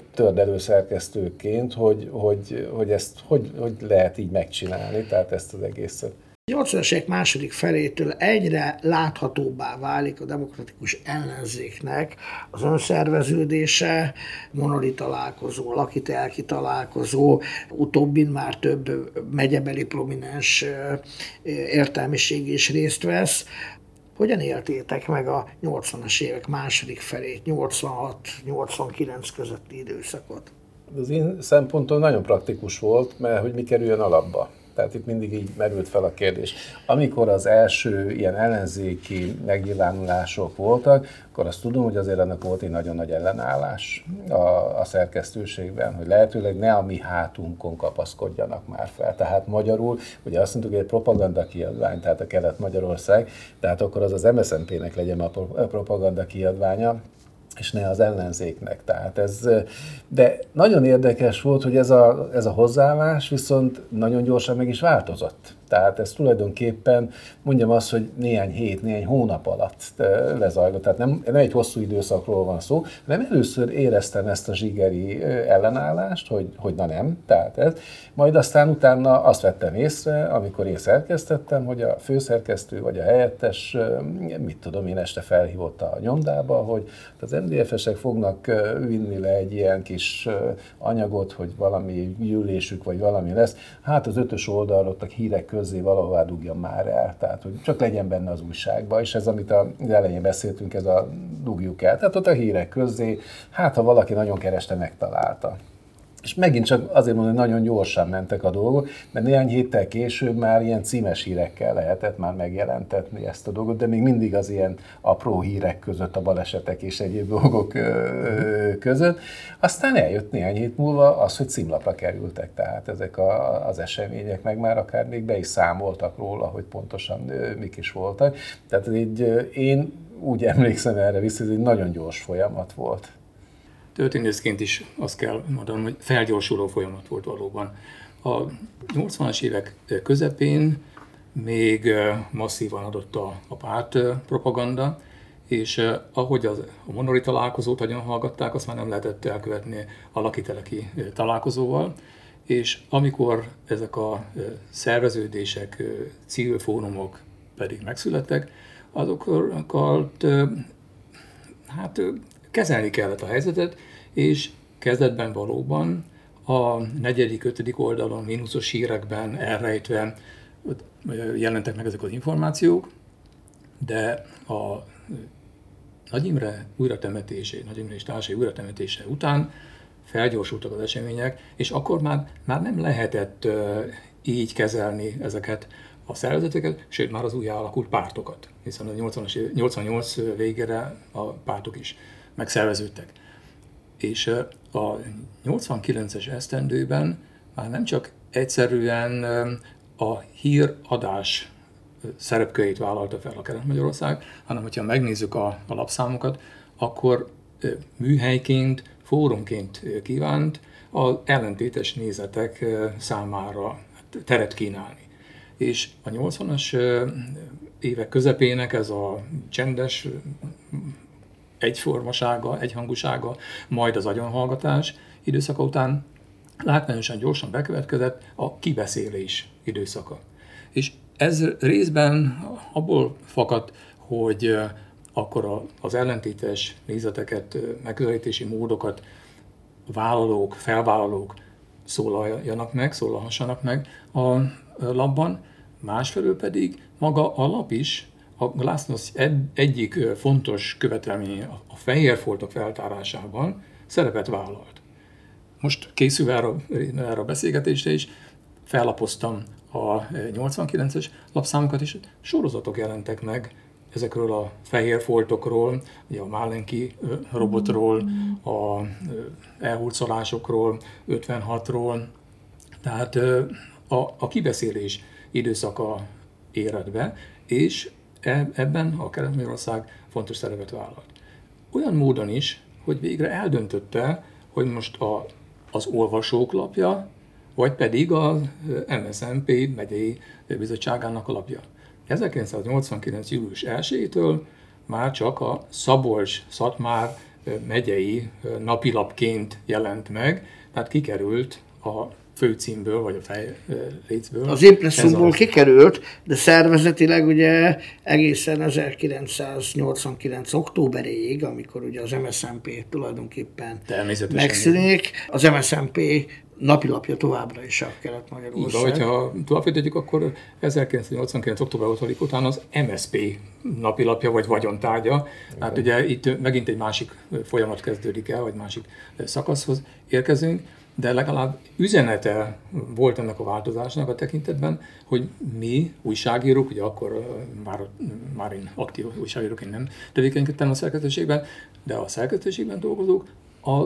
tördelőszerkesztőként, hogy, hogy, hogy ezt hogy, hogy lehet így megcsinálni, tehát ezt az egészet. nyolcvanas évek második felétől egyre láthatóbbá válik a demokratikus ellenzéknek az önszerveződése, monoli találkozó, laki-telki találkozó, utóbbin már több megyebeli prominens értelmiség is részt vesz. Hogyan éltétek meg a nyolcvanas évek második felét, nyolcvanhat nyolcvankilenc közötti időszakot? Az én szempontom nagyon praktikus volt, mert hogy mi kerüljön alapba. Tehát itt mindig így merült fel a kérdés. Amikor az első ilyen ellenzéki megnyilvánulások voltak, akkor azt tudom, hogy azért ennek volt egy nagyon nagy ellenállás a, a szerkesztőségben, hogy lehetőleg ne a mi hátunkon kapaszkodjanak már fel. Tehát magyarul, ugye azt mondtuk, hogy egy propaganda kiadvány, tehát a Kelet-Magyarország, tehát akkor az az em es zé en pé-nek legyen a propaganda kiadványa, és ne az ellenzéknek. Tehát ez, de nagyon érdekes volt, hogy ez a, ez a hozzáállás viszont nagyon gyorsan meg is változott. Tehát ez tulajdonképpen, mondjam azt, hogy néhány hét, néhány hónap alatt lezajlott. Tehát nem, nem egy hosszú időszakról van szó, hanem először éreztem ezt a zsigeri ellenállást, hogy, hogy na nem, tehát ez. Majd aztán utána azt vettem észre, amikor én szerkesztettem, hogy a főszerkesztő vagy a helyettes, mit tudom én, este felhívott a nyomdába, hogy az em dé ef-esek fognak vinni le egy ilyen kis anyagot, hogy valami gyűlésük vagy valami lesz. Hát az ötös oldalra ott a hírek közé valahová dugjon már el, tehát hogy csak legyen benne az újságban, és ez, amit az elején beszéltünk, ez a dugjuk el. Tehát ott a hírek közé, hát ha valaki nagyon kereste, megtalálta. És megint csak azért mondom, hogy nagyon gyorsan mentek a dolgok, mert néhány héttel később már ilyen címes hírekkel lehetett már megjelentetni ezt a dolgot, de még mindig az ilyen apró hírek között, a balesetek és egyéb dolgok között. Aztán eljött néhány hét múlva az, hogy címlapra kerültek, tehát ezek a, az események, meg már akár még be is számoltak róla, hogy pontosan mik is voltak. Tehát így, én úgy emlékszem erre vissza, ez egy nagyon gyors folyamat volt. Történészként is azt kell mondanom, hogy felgyorsuló folyamat volt valóban. A nyolcvanas évek közepén még masszívan adott a, a párt propaganda, és ahogy az, a monoli találkozót nagyon hallgatták, azt már nem lehetett elkövetni a laki-teleki találkozóval, és amikor ezek a szerveződések, civil fórumok pedig megszülettek, azokat hát kezelni kellett a helyzetet, és kezdetben valóban a negyedik, ötödik oldalon, mínuszos hírekben elrejtve jelentek meg ezek az információk, de a Nagy Imre újratemetése, Nagy Imre és társai újratemetése után felgyorsultak az események, és akkor már, már nem lehetett így kezelni ezeket a szervezeteket, sőt már az újjá alakult pártokat, hiszen a nyolcvannyolc végére a pártok is megszerveződtek. És a nyolcvankilences esztendőben már nem csak egyszerűen a híradás szerepkörét vállalta fel a Kelet-Magyarország, hanem hogyha megnézzük a, a lapszámokat, akkor műhelyként, fórumként kívánt az ellentétes nézetek számára teret kínálni. És a nyolcvanas évek közepének ez a csendes egyformasága, egyhangúsága, majd az agyonhallgatás időszaka után látványosan gyorsan bekövetkezett a kibeszélés időszaka. És ez részben abból fakadt, hogy akkor az ellentétes nézeteket, megközelítési módokat vállalók, felvállalók szólaljanak meg, szólalhassanak meg a labban, másfelől pedig maga a lap is, a glasnost egyik fontos követelménye a fehér foltok feltárásában szerepet vállalt. Most készülve erre, erre a beszélgetésre is fellapoztam a nyolcvankilences lapszámokat, és sorozatok jelentek meg ezekről a fehér foltokról, ugye a Málenki robotról, a elhurcolásokról, ötvenhatról, tehát a, a kibeszélés időszaka érett be, és ebben a Kelet-Magyarország fontos szerepet vállalt. Olyan módon is, hogy végre eldöntötte, hogy most a, az olvasók lapja, vagy pedig az em es zé en pé megyei bizottságának a lapja. ezerkilencszáznyolcvankilenc. július elsejétől már csak a Szabolcs-Szatmár megyei napilapként jelent meg, tehát kikerült a főcímből, vagy a fejlécből. Az impresszumból az... kikerült, de szervezetileg ugye egészen ezerkilencszáznyolcvankilenc októberéig, amikor ugye az em es zé en pé tulajdonképpen megszűnik, az em es zé en pé napilapja továbbra is a Kelet-Magyarország. Így, hogyha tovább folytatjuk, akkor ezerkilencszáznyolcvankilenc október ötödike után az em es zé pé napilapja vagy vagyontárgya. Hát ugye itt megint egy másik folyamat kezdődik el, vagy másik szakaszhoz érkezünk, de legalább üzenete volt ennek a változásnak a tekintetben, hogy mi újságírók, ugye akkor már, már én aktív újságíróként nem tevékenykedtem a szerkesztőségben, de a szerkesztőségben dolgozók a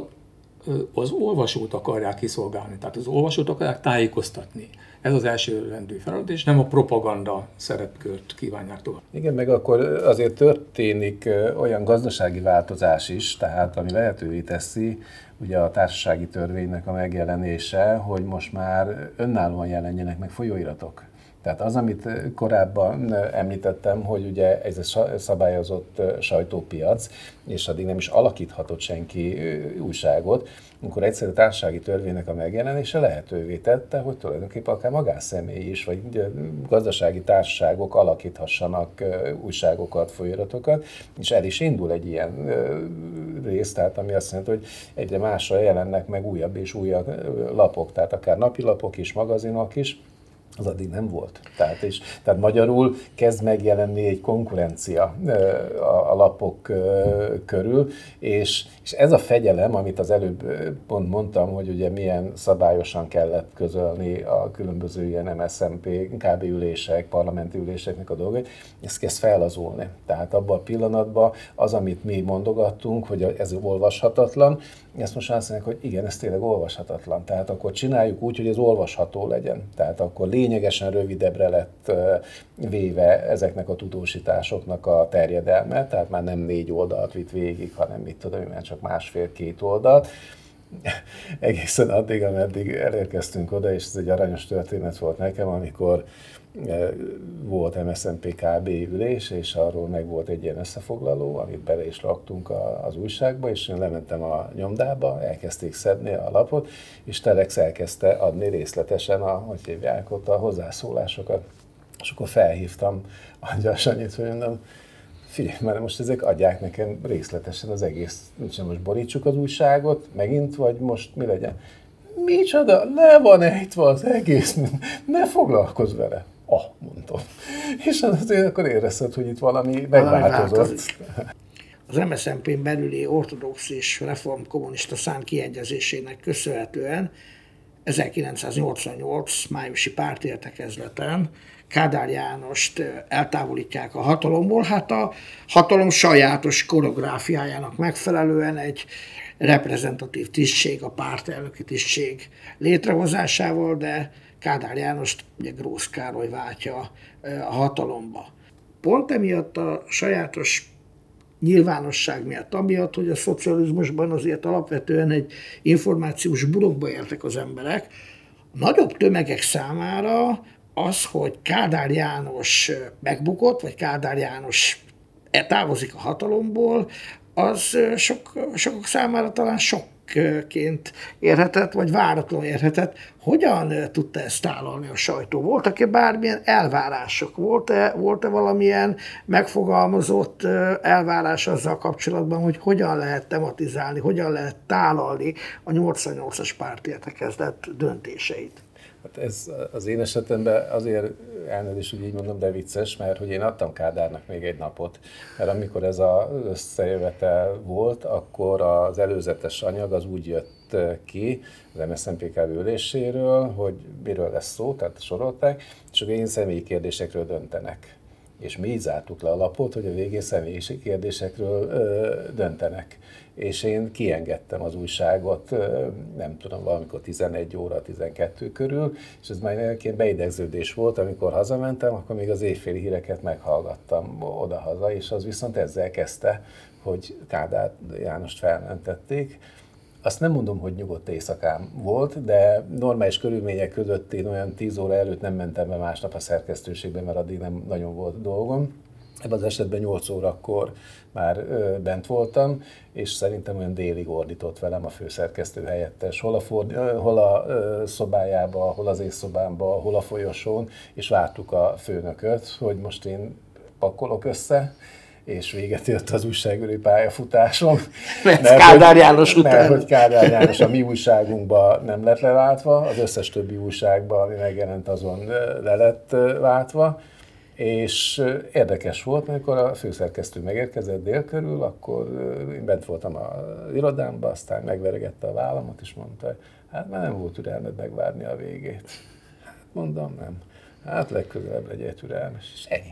az olvasót akarják kiszolgálni, tehát az olvasót akarják tájékoztatni. Ez az első rendű feladat, és nem a propaganda szerepkört kívánják tovább. Igen, meg akkor azért történik olyan gazdasági változás is, tehát ami lehetővé teszi ugye a társasági törvénynek a megjelenése, hogy most már önállóan jelenjenek meg folyóiratok. Tehát az, amit korábban említettem, hogy ugye ez egy szabályozott sajtópiac, és addig nem is alakíthatott senki újságot, amikor egyszerű társasági törvénynek a megjelenése lehetővé tette, hogy tulajdonképpen akár magánszemély is, vagy gazdasági társaságok alakíthassanak újságokat, folyóiratokat, és el is indul egy ilyen rész, tehát ami azt jelenti, hogy egyre másra jelennek meg újabb és újabb lapok, tehát akár napilapok is, magazinok is, az addig nem volt. Tehát, és, tehát magyarul kezd megjelenni egy konkurencia a, a lapok körül, és, és ez a fegyelem, amit az előbb pont mondtam, hogy ugye milyen szabályosan kellett közölni a különböző ilyen em es zé en pé, ká bé ülések, parlamenti üléseknek a dolgai, ez kezd fellazulni. Tehát abban a pillanatban az, amit mi mondogattunk, hogy ez olvashatatlan, ezt most azt mondják, hogy igen, ez tényleg olvashatatlan. Tehát akkor csináljuk úgy, hogy ez olvasható legyen. Tehát akkor lényegesen rövidebbre lett véve ezeknek a tudósításoknak a terjedelme, tehát már nem négy oldalt vitt végig, hanem mit tudom, mert csak másfél-két oldalt. Egészen addig, ameddig elérkeztünk oda, és ez egy aranyos történet volt nekem, amikor volt em es zé en pé ká bé ülés, és arról meg volt egy ilyen összefoglaló, amit bele is raktunk az újságba, és én lementem a nyomdába, elkezdték szedni a lapot, és Telex elkezdte adni részletesen a, hogy hívják ott, a hozzászólásokat. És akkor felhívtam Angyal Sanyit, hogy mondom, figyelj, mert most ezek adják nekem részletesen az egész, most borítsuk az újságot, megint, vagy most mi legyen? Micsoda, le van ejtve az egész, ne foglalkozz vele. Ah, mondtam. És azért akkor érezted, hogy itt valami megváltozott. Az em es zé en pén belüli ortodox és reform kommunista szám kiegyezésének köszönhetően ezerkilencszáznyolcvannyolc májusi pártértekezleten Kádár Jánost eltávolítják a hatalomból. Hát a hatalom sajátos koreográfiájának megfelelően egy reprezentatív tisztség, a pártelnöki tisztség létrehozásával, de Kádár Jánost ugye Grósz Károly váltja a hatalomba. Pont emiatt a sajátos nyilvánosság miatt, amiatt, hogy a szocializmusban azért alapvetően egy információs burokba éltek az emberek, a nagyobb tömegek számára az, hogy Kádár János megbukott, vagy Kádár János távozik a hatalomból, az sok, sokak számára talán sokként érhetett, vagy váratlanul érhetett. Hogyan tudta ezt tálalni a sajtó? Voltak-e bármilyen elvárások? Volt-e, volt-e valamilyen megfogalmazott elvárás azzal kapcsolatban, hogy hogyan lehet tematizálni, hogyan lehet tálalni a nyolcvannyolcas pártértekezlet döntéseit? Hát ez az én esetemben azért elnézést, hogy így mondom, de vicces, mert hogy én adtam Kádárnak még egy napot. Mert amikor ez az összejövetel volt, akkor az előzetes anyag az úgy jött ki az em es zé en pé ká bé üléséről, hogy miről lesz szó, tehát sorolták, és akkor én személyi kérdésekről döntenek. És mi így zártuk le a lapot, hogy a végén személyi kérdésekről ö, döntenek. És én kiengedtem az újságot, ö, nem tudom, valamikor tizenegy óra, tizenkettő körül, és ez már egy beidegződés volt, amikor hazamentem, akkor még az éjféli híreket meghallgattam oda-haza, és az viszont ezzel kezdte, hogy Kádár Jánost felmentették. Azt nem mondom, hogy nyugodt éjszakám volt, de normális körülmények között én olyan tíz óra előtt nem mentem be másnap a szerkesztőségbe, mert addig nem nagyon volt dolgom. Ebben az esetben nyolc órakor már ö, bent voltam, és szerintem olyan délig ordított velem a főszerkesztő helyettes, hol a, for, ö, hol a ö, szobájába, hol az észszobámba, hol a folyosón, és vártuk a főnököt, hogy most én pakkolok össze, és véget ért az újságírói pályafutásom. Mert, mert Kádár János hogy, után. Mert hogy Kádár János a mi újságunkban nem lett leváltva, az összes többi újságban, ami megjelent, azon le lett váltva. És érdekes volt, amikor a főszerkesztő megérkezett dél körül, akkor én bent voltam az irodámban, aztán megveregette a vállamat, és mondta, hogy hát már nem volt türelmed megvárni a végét. Hát mondom, nem. Hát legközelebb legyél türelmes. És ennyi.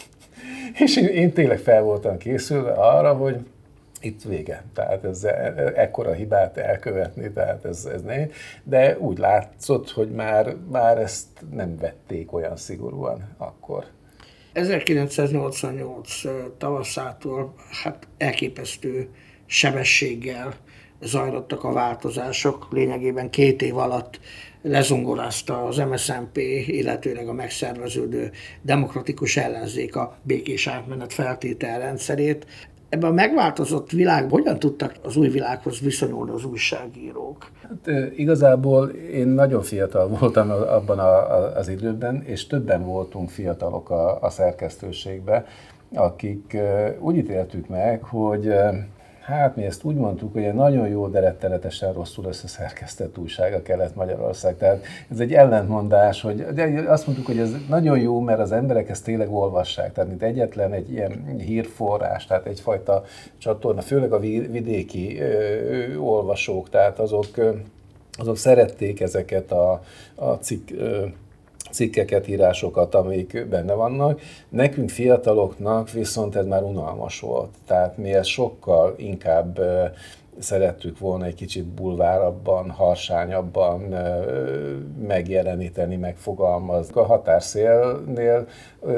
És én, én tényleg fel voltam készülve arra, hogy itt vége. Tehát ez ekkora hibát elkövetni, tehát ez, ez nem. De úgy látszott, hogy már, már ezt nem vették olyan szigorúan akkor. ezerkilencszáznyolcvannyolc tavaszától hát elképesztő sebességgel zajlottak a változások. Lényegében két év alatt lezongorázta az em es zé en pé, illetőleg a megszerveződő demokratikus ellenzék a békés átmenet feltételrendszerét. Ebben a megváltozott világban hogyan tudtak az új világhoz viszonyulni az újságírók? Hát, igazából én nagyon fiatal voltam abban a, a, az időben, és többen voltunk fiatalok a, a szerkesztőségben, akik úgy ítéltük meg, hogy hát mi ezt úgy mondtuk, hogy egy nagyon jó, de rettenetesen rosszul összeszerkesztett újság a Kelet-Magyarország. Tehát ez egy ellentmondás, hogy de azt mondtuk, hogy ez nagyon jó, mert az emberek ezt tényleg olvassák. Tehát mint egyetlen egy ilyen hírforrás, tehát egyfajta csatorna, főleg a vidéki ö, olvasók, tehát azok, ö, azok szerették ezeket a, a cikk, ö, cikkeket, írásokat, amik benne vannak. Nekünk fiataloknak viszont ez már unalmas volt. Tehát mi ezt sokkal inkább szerettük volna egy kicsit bulvárabban, harsányabban megjeleníteni, megfogalmazni. A Határszélnél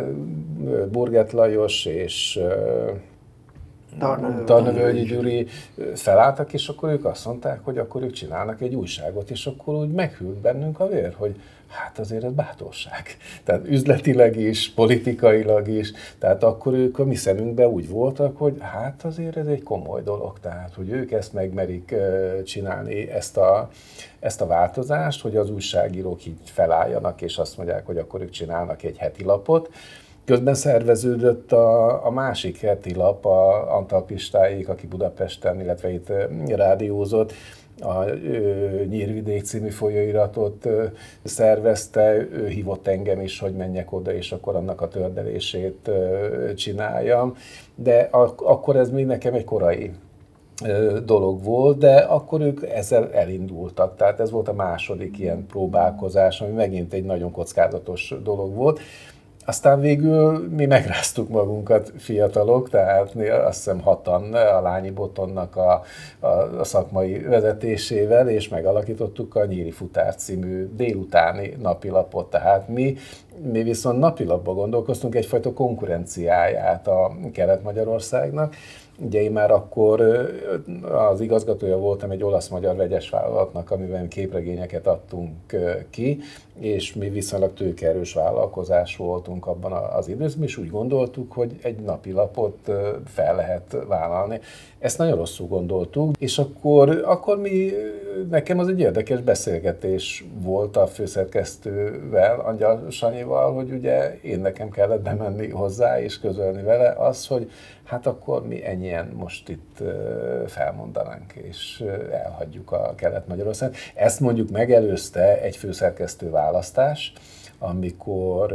Burget Lajos és Tarnavölgyi Gyuri felálltak, és akkor ők azt mondták, hogy akkor ők csinálnak egy újságot, és akkor úgy meghűlt bennünk a vér, hogy hát azért ez bátorság. Tehát üzletileg is, politikailag is, tehát akkor ők a mi szemünkben úgy voltak, hogy hát azért ez egy komoly dolog, tehát hogy ők ezt megmerik csinálni, ezt a, ezt a változást, hogy az újságírók így felálljanak, és azt mondják, hogy akkor ők csinálnak egy heti lapot. Közben szerveződött a, a másik heti lap, a Antal Pistáék, aki Budapesten, illetve itt rádiózott, a ö, Nyírvidék című folyóiratot ö, szervezte, ő hívott engem is, hogy menjek oda, és akkor annak a tördelését ö, csináljam. De ak- akkor ez még nekem egy korai ö, dolog volt, de akkor ők ezzel elindultak. Tehát ez volt a második ilyen próbálkozás, ami megint egy nagyon kockázatos dolog volt. Aztán végül mi megráztuk magunkat fiatalok, tehát azt hiszem hatan a Lányi Botonnak a, a, a szakmai vezetésével, és megalakítottuk a Nyíri Futár című délutáni napilapot. Tehát mi, mi viszont napilapba gondolkoztunk, egyfajta konkurenciáját a Kelet-Magyarországnak. Ugye én már akkor az igazgatója voltam egy olasz-magyar vegyes vállalatnak, amiben képregényeket adtunk ki, és mi viszonylag tőkeerős vállalkozás voltunk abban az időszakban, és úgy gondoltuk, hogy egy napilapot fel lehet vállalni. Ezt nagyon rosszul gondoltuk, és akkor, akkor mi, nekem az egy érdekes beszélgetés volt a főszerkesztővel, Angyal Sanyival, hogy ugye én nekem kellett bemenni hozzá és közölni vele az, hogy hát akkor mi ennyien most itt felmondanánk, és elhagyjuk a Kelet-Magyarországot. Ezt mondjuk megelőzte egy főszerkesztő választás, amikor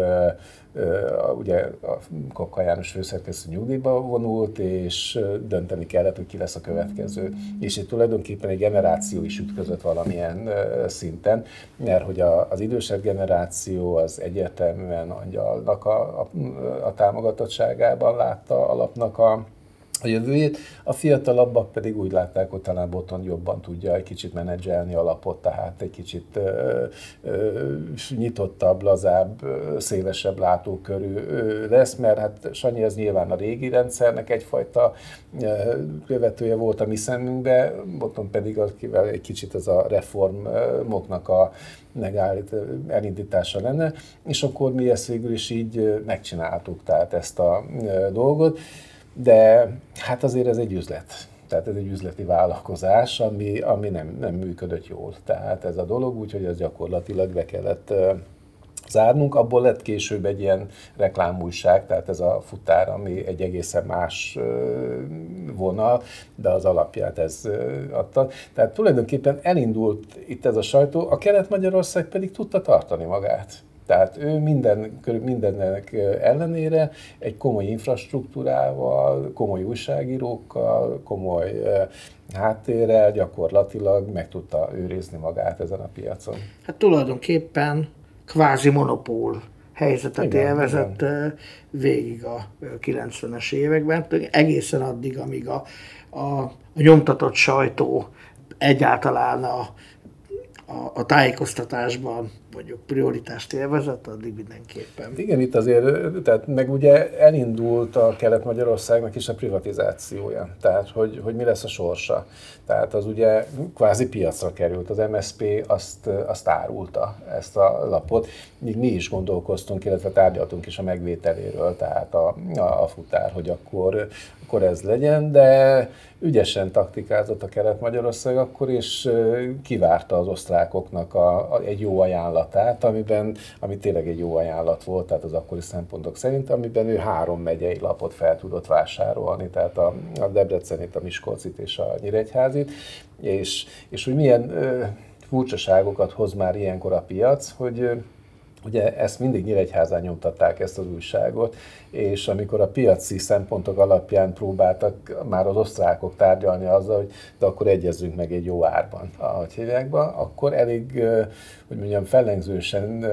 uh, ugye a Kokka János főszerkesztő nyugdíjba vonult, és dönteni kellett, hogy ki lesz a következő. És itt tulajdonképpen egy generáció is ütközött valamilyen uh, szinten, mert hogy a, az idősebb generáció az egyértelműen Angyalnak a, a, a támogatottságában látta a lapnak a a jövőjét, a fiatalabbak pedig úgy látták, hogy talán Botond jobban tudja egy kicsit menedzselni a lapot, tehát egy kicsit ö, ö, nyitottabb, lazább, szélesebb látókörű lesz, mert hát Sanyi az nyilván a régi rendszernek egyfajta követője volt a mi szemünkbe, Botond pedig akivel egy kicsit az a reformoknak a megállít, elindítása lenne, és akkor mi ezt végül is így megcsináltuk, tehát ezt a dolgot. De hát azért ez egy üzlet. Tehát ez egy üzleti vállalkozás, ami, ami nem, nem működött jól. Tehát ez a dolog, úgyhogy ez gyakorlatilag be kellett uh, zárnunk. Abból lett később egy ilyen reklámújság, tehát ez a Futár, ami egy egészen más uh, vonal, de az alapját ez uh, adta. Tehát tulajdonképpen elindult itt ez a sajtó, a Kelet-Magyarország pedig tudta tartani magát. Tehát ő minden, mindennek ellenére egy komoly infrastruktúrával, komoly újságírókkal, komoly háttérrel gyakorlatilag meg tudta őrizni magát ezen a piacon. Hát tulajdonképpen kvázi monopól helyzetet igen, élvezett igen. végig a kilencvenes években, egészen addig, amíg a, a, a nyomtatott sajtó egyáltalán a, a, a tájékoztatásban mondjuk prioritást élvezett, addig mindenképpen. Igen, itt azért, tehát meg ugye elindult a Kelet-Magyarországnak is a privatizációja, tehát hogy, hogy mi lesz a sorsa. Tehát az ugye kvázi piacra került, az em es zé pé azt, azt árulta ezt a lapot, míg mi is gondolkoztunk, illetve tárgyaltunk is a megvételéről, tehát a, a, a Futár, hogy akkor, akkor ez legyen, de ügyesen taktikázott a Kelet-Magyarország akkor, és kivárta az osztrákoknak a, a, egy jó ajánlatát, amiben, ami tényleg egy jó ajánlat volt, tehát az akkori szempontok szerint, amiben ő három megyei lapot fel tudott vásárolni, tehát a, a Debrecenit, a Miskolcit és a Nyíregyházit, és, és hogy milyen ö, furcsaságokat hoz már ilyenkor a piac, hogy ö, ugye ezt mindig Nyíregyházán nyomtatták, ezt az újságot, és amikor a piaci szempontok alapján próbáltak már az osztrákok tárgyalni azzal, hogy de akkor egyezzünk meg egy jó árban, ahogy hívják be, akkor elég, hogy mondjam, fellengzősen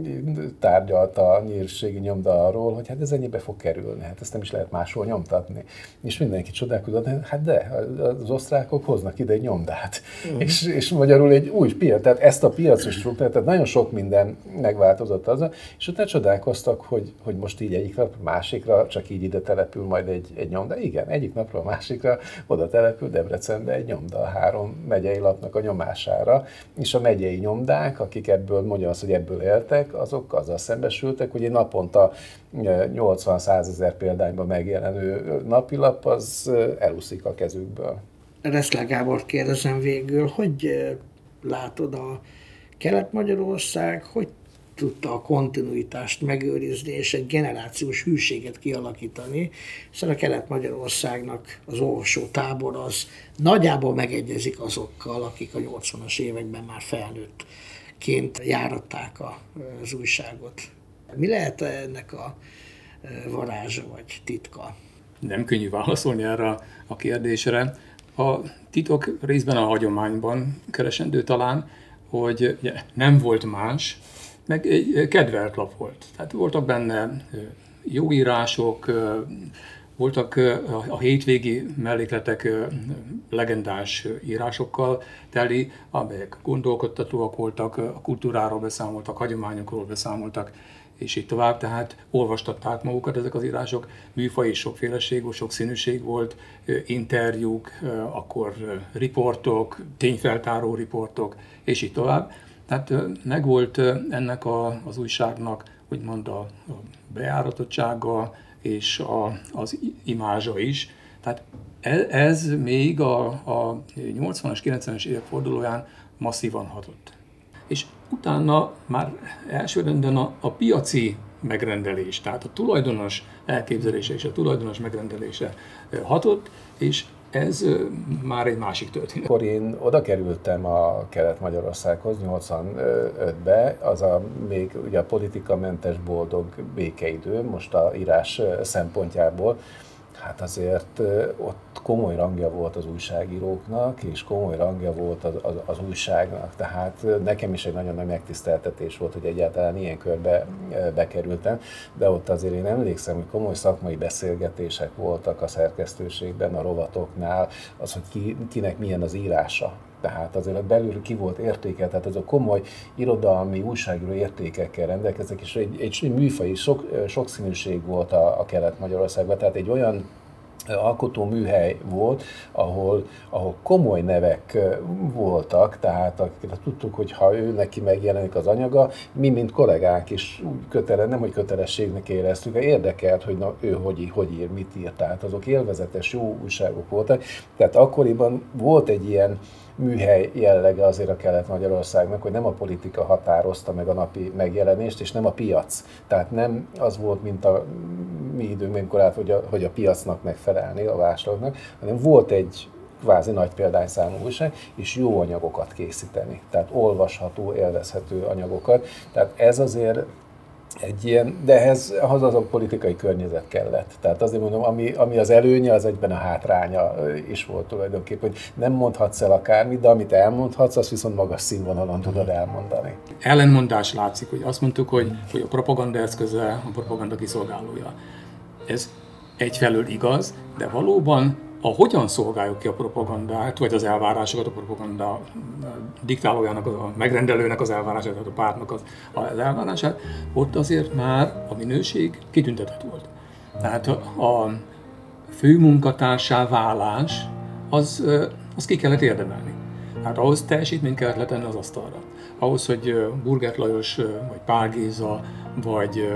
tárgyalta a nyírségi nyomda arról, hogy hát ez ennyibe fog kerülni, hát ezt nem is lehet máshol nyomtatni. És mindenki csodálkozott, hát de, az osztrákok hoznak ide egy nyomdát. Uh-huh. És, és magyarul egy új piac, tehát ezt a piaci struktúrát, tehát nagyon sok minden megváltozott azzal, és utána csodálkoztak, hogy, hogy most így egyik napra másikra csak így ide települ majd egy, egy nyomda. Igen, egyik napra a másikra oda települ Debrecenbe egy nyomda a három megyei lapnak a nyomására, és a megyei nyomdák, akik ebből, mondjam azt, hogy ebből éltek, azok azzal szembesültek, hogy egy naponta nyolcvan-százezer példányban megjelenő napilap, az elúszik a kezükből. Reszler Gábort kérdezem végül, hogy látod a Kelet-Magyarország, hogy tudta a kontinuitást megőrizni és egy generációs hűséget kialakítani, hiszen a Kelet-Magyarországnak az olvasó tábor az nagyjából megegyezik azokkal, akik a nyolcvanas években már felnőttként járatták az újságot. Mi lehet ennek a varázsa vagy titka? Nem könnyű válaszolni erre a kérdésre. A titok részben a hagyományban keresendő talán, hogy nem volt más, meg egy kedvelt lap volt. Tehát voltak benne jó írások, voltak a hétvégi mellékletek legendás írásokkal teli, amelyek gondolkodtatóak voltak, a kultúráról beszámoltak, hagyományokról beszámoltak, és így tovább. Tehát olvastatták magukat ezek az írások, műfaj és sokféleség volt, sokszínűség volt, interjúk, akkor riportok, tényfeltáró riportok, és így tovább. Tehát megvolt ennek a, az újságnak, úgymond a, a bejáratottsága és a, az imázsa is. Tehát ez, ez még a, a nyolcvanas, kilencvenes évek fordulóján masszívan hatott. És utána már elsőrendben a, a piaci megrendelés, tehát a tulajdonos elképzelése és a tulajdonos megrendelése hatott, és ez már egy másik történet. Akkor én oda kerültem a Kelet-Magyarországhoz nyolcvanötbe, az a még ugye a politikamentes boldog békeidő, most a írás szempontjából. Hát azért ott komoly rangja volt az újságíróknak, és komoly rangja volt az, az, az újságnak. Tehát nekem is egy nagyon nagy megtiszteltetés volt, hogy egyáltalán ilyen körbe bekerültem, de ott azért én emlékszem, hogy komoly szakmai beszélgetések voltak a szerkesztőségben, a rovatoknál, az, hogy ki, kinek milyen az írása. Tehát azért belülről ki volt értékel, tehát ez a komoly irodalmi, újságíró értékekkel rendelkeznek, és egy, egy műfai sok, sokszínűség volt a, a Kelet-Magyarországban, tehát egy olyan alkotó műhely volt, ahol, ahol komoly nevek voltak, tehát akiket tudtuk, hogy ha ő neki megjelenik az anyaga, mi, mint kollégák is kötele, nem hogy kötelességnek éreztük, de érdekelt, hogy na, ő hogy, hogy ír, mit ír, tehát azok élvezetes, jó újságok voltak, tehát akkoriban volt egy ilyen műhely jellege azért a Kelet-Magyarországnak, hogy nem a politika határozta meg a napi megjelenést, és nem a piac. Tehát nem az volt, mint a mi időnkben, amikor át, hogy a, hogy a piacnak megfelelni, a vásárlóknak, hanem volt egy kvázi nagy példányszámú újság, és jó anyagokat készíteni. Tehát olvasható, élvezhető anyagokat. Tehát ez azért egy ilyen, de ehhez az az a politikai környezet kellett. Tehát azért mondom, ami, ami az előnye, az egyben a hátránya is volt tulajdonképpen, hogy nem mondhatsz el akármit, de amit elmondhatsz, azt viszont magas színvonalon tudod elmondani. Ellenmondás látszik, hogy azt mondtuk, hogy, hogy a propaganda eszköze, a propaganda kiszolgálója. Ez egyfelől igaz, de valóban a hogyan szolgáljuk ki a propagandát, vagy az elvárásokat, a propaganda diktálójának, a megrendelőnek az elvárását, tehát a pártnak az, az elvárását, ott azért már a minőség kitüntetett volt. Tehát a, a főmunkatársá válás, az, az ki kellett érdemelni. Hát ahhoz teljesítményt kellett letenni az asztalra. Ahhoz, hogy Burgert Lajos, vagy Pál Géza, vagy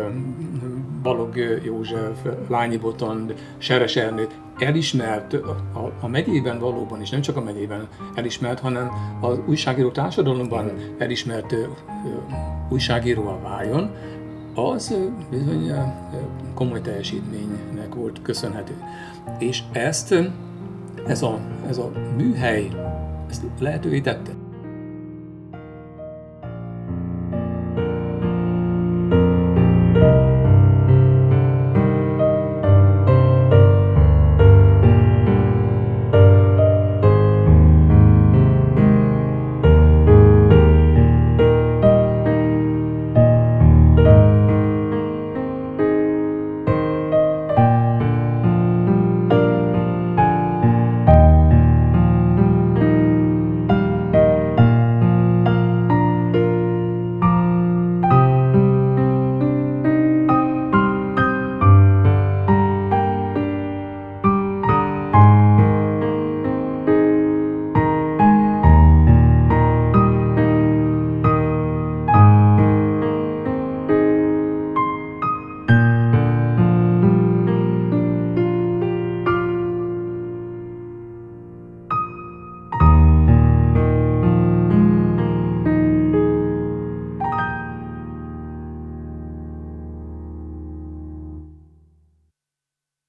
Balogh József, Lányi Botond, Seres Ernő elismert, a, a megyében valóban is, nem csak a megyében elismert, hanem az újságíró társadalomban elismert újságíróval váljon, az bizony komoly teljesítménynek volt köszönhető. És ezt, ez a, ez a műhely ezt lehetővé tette.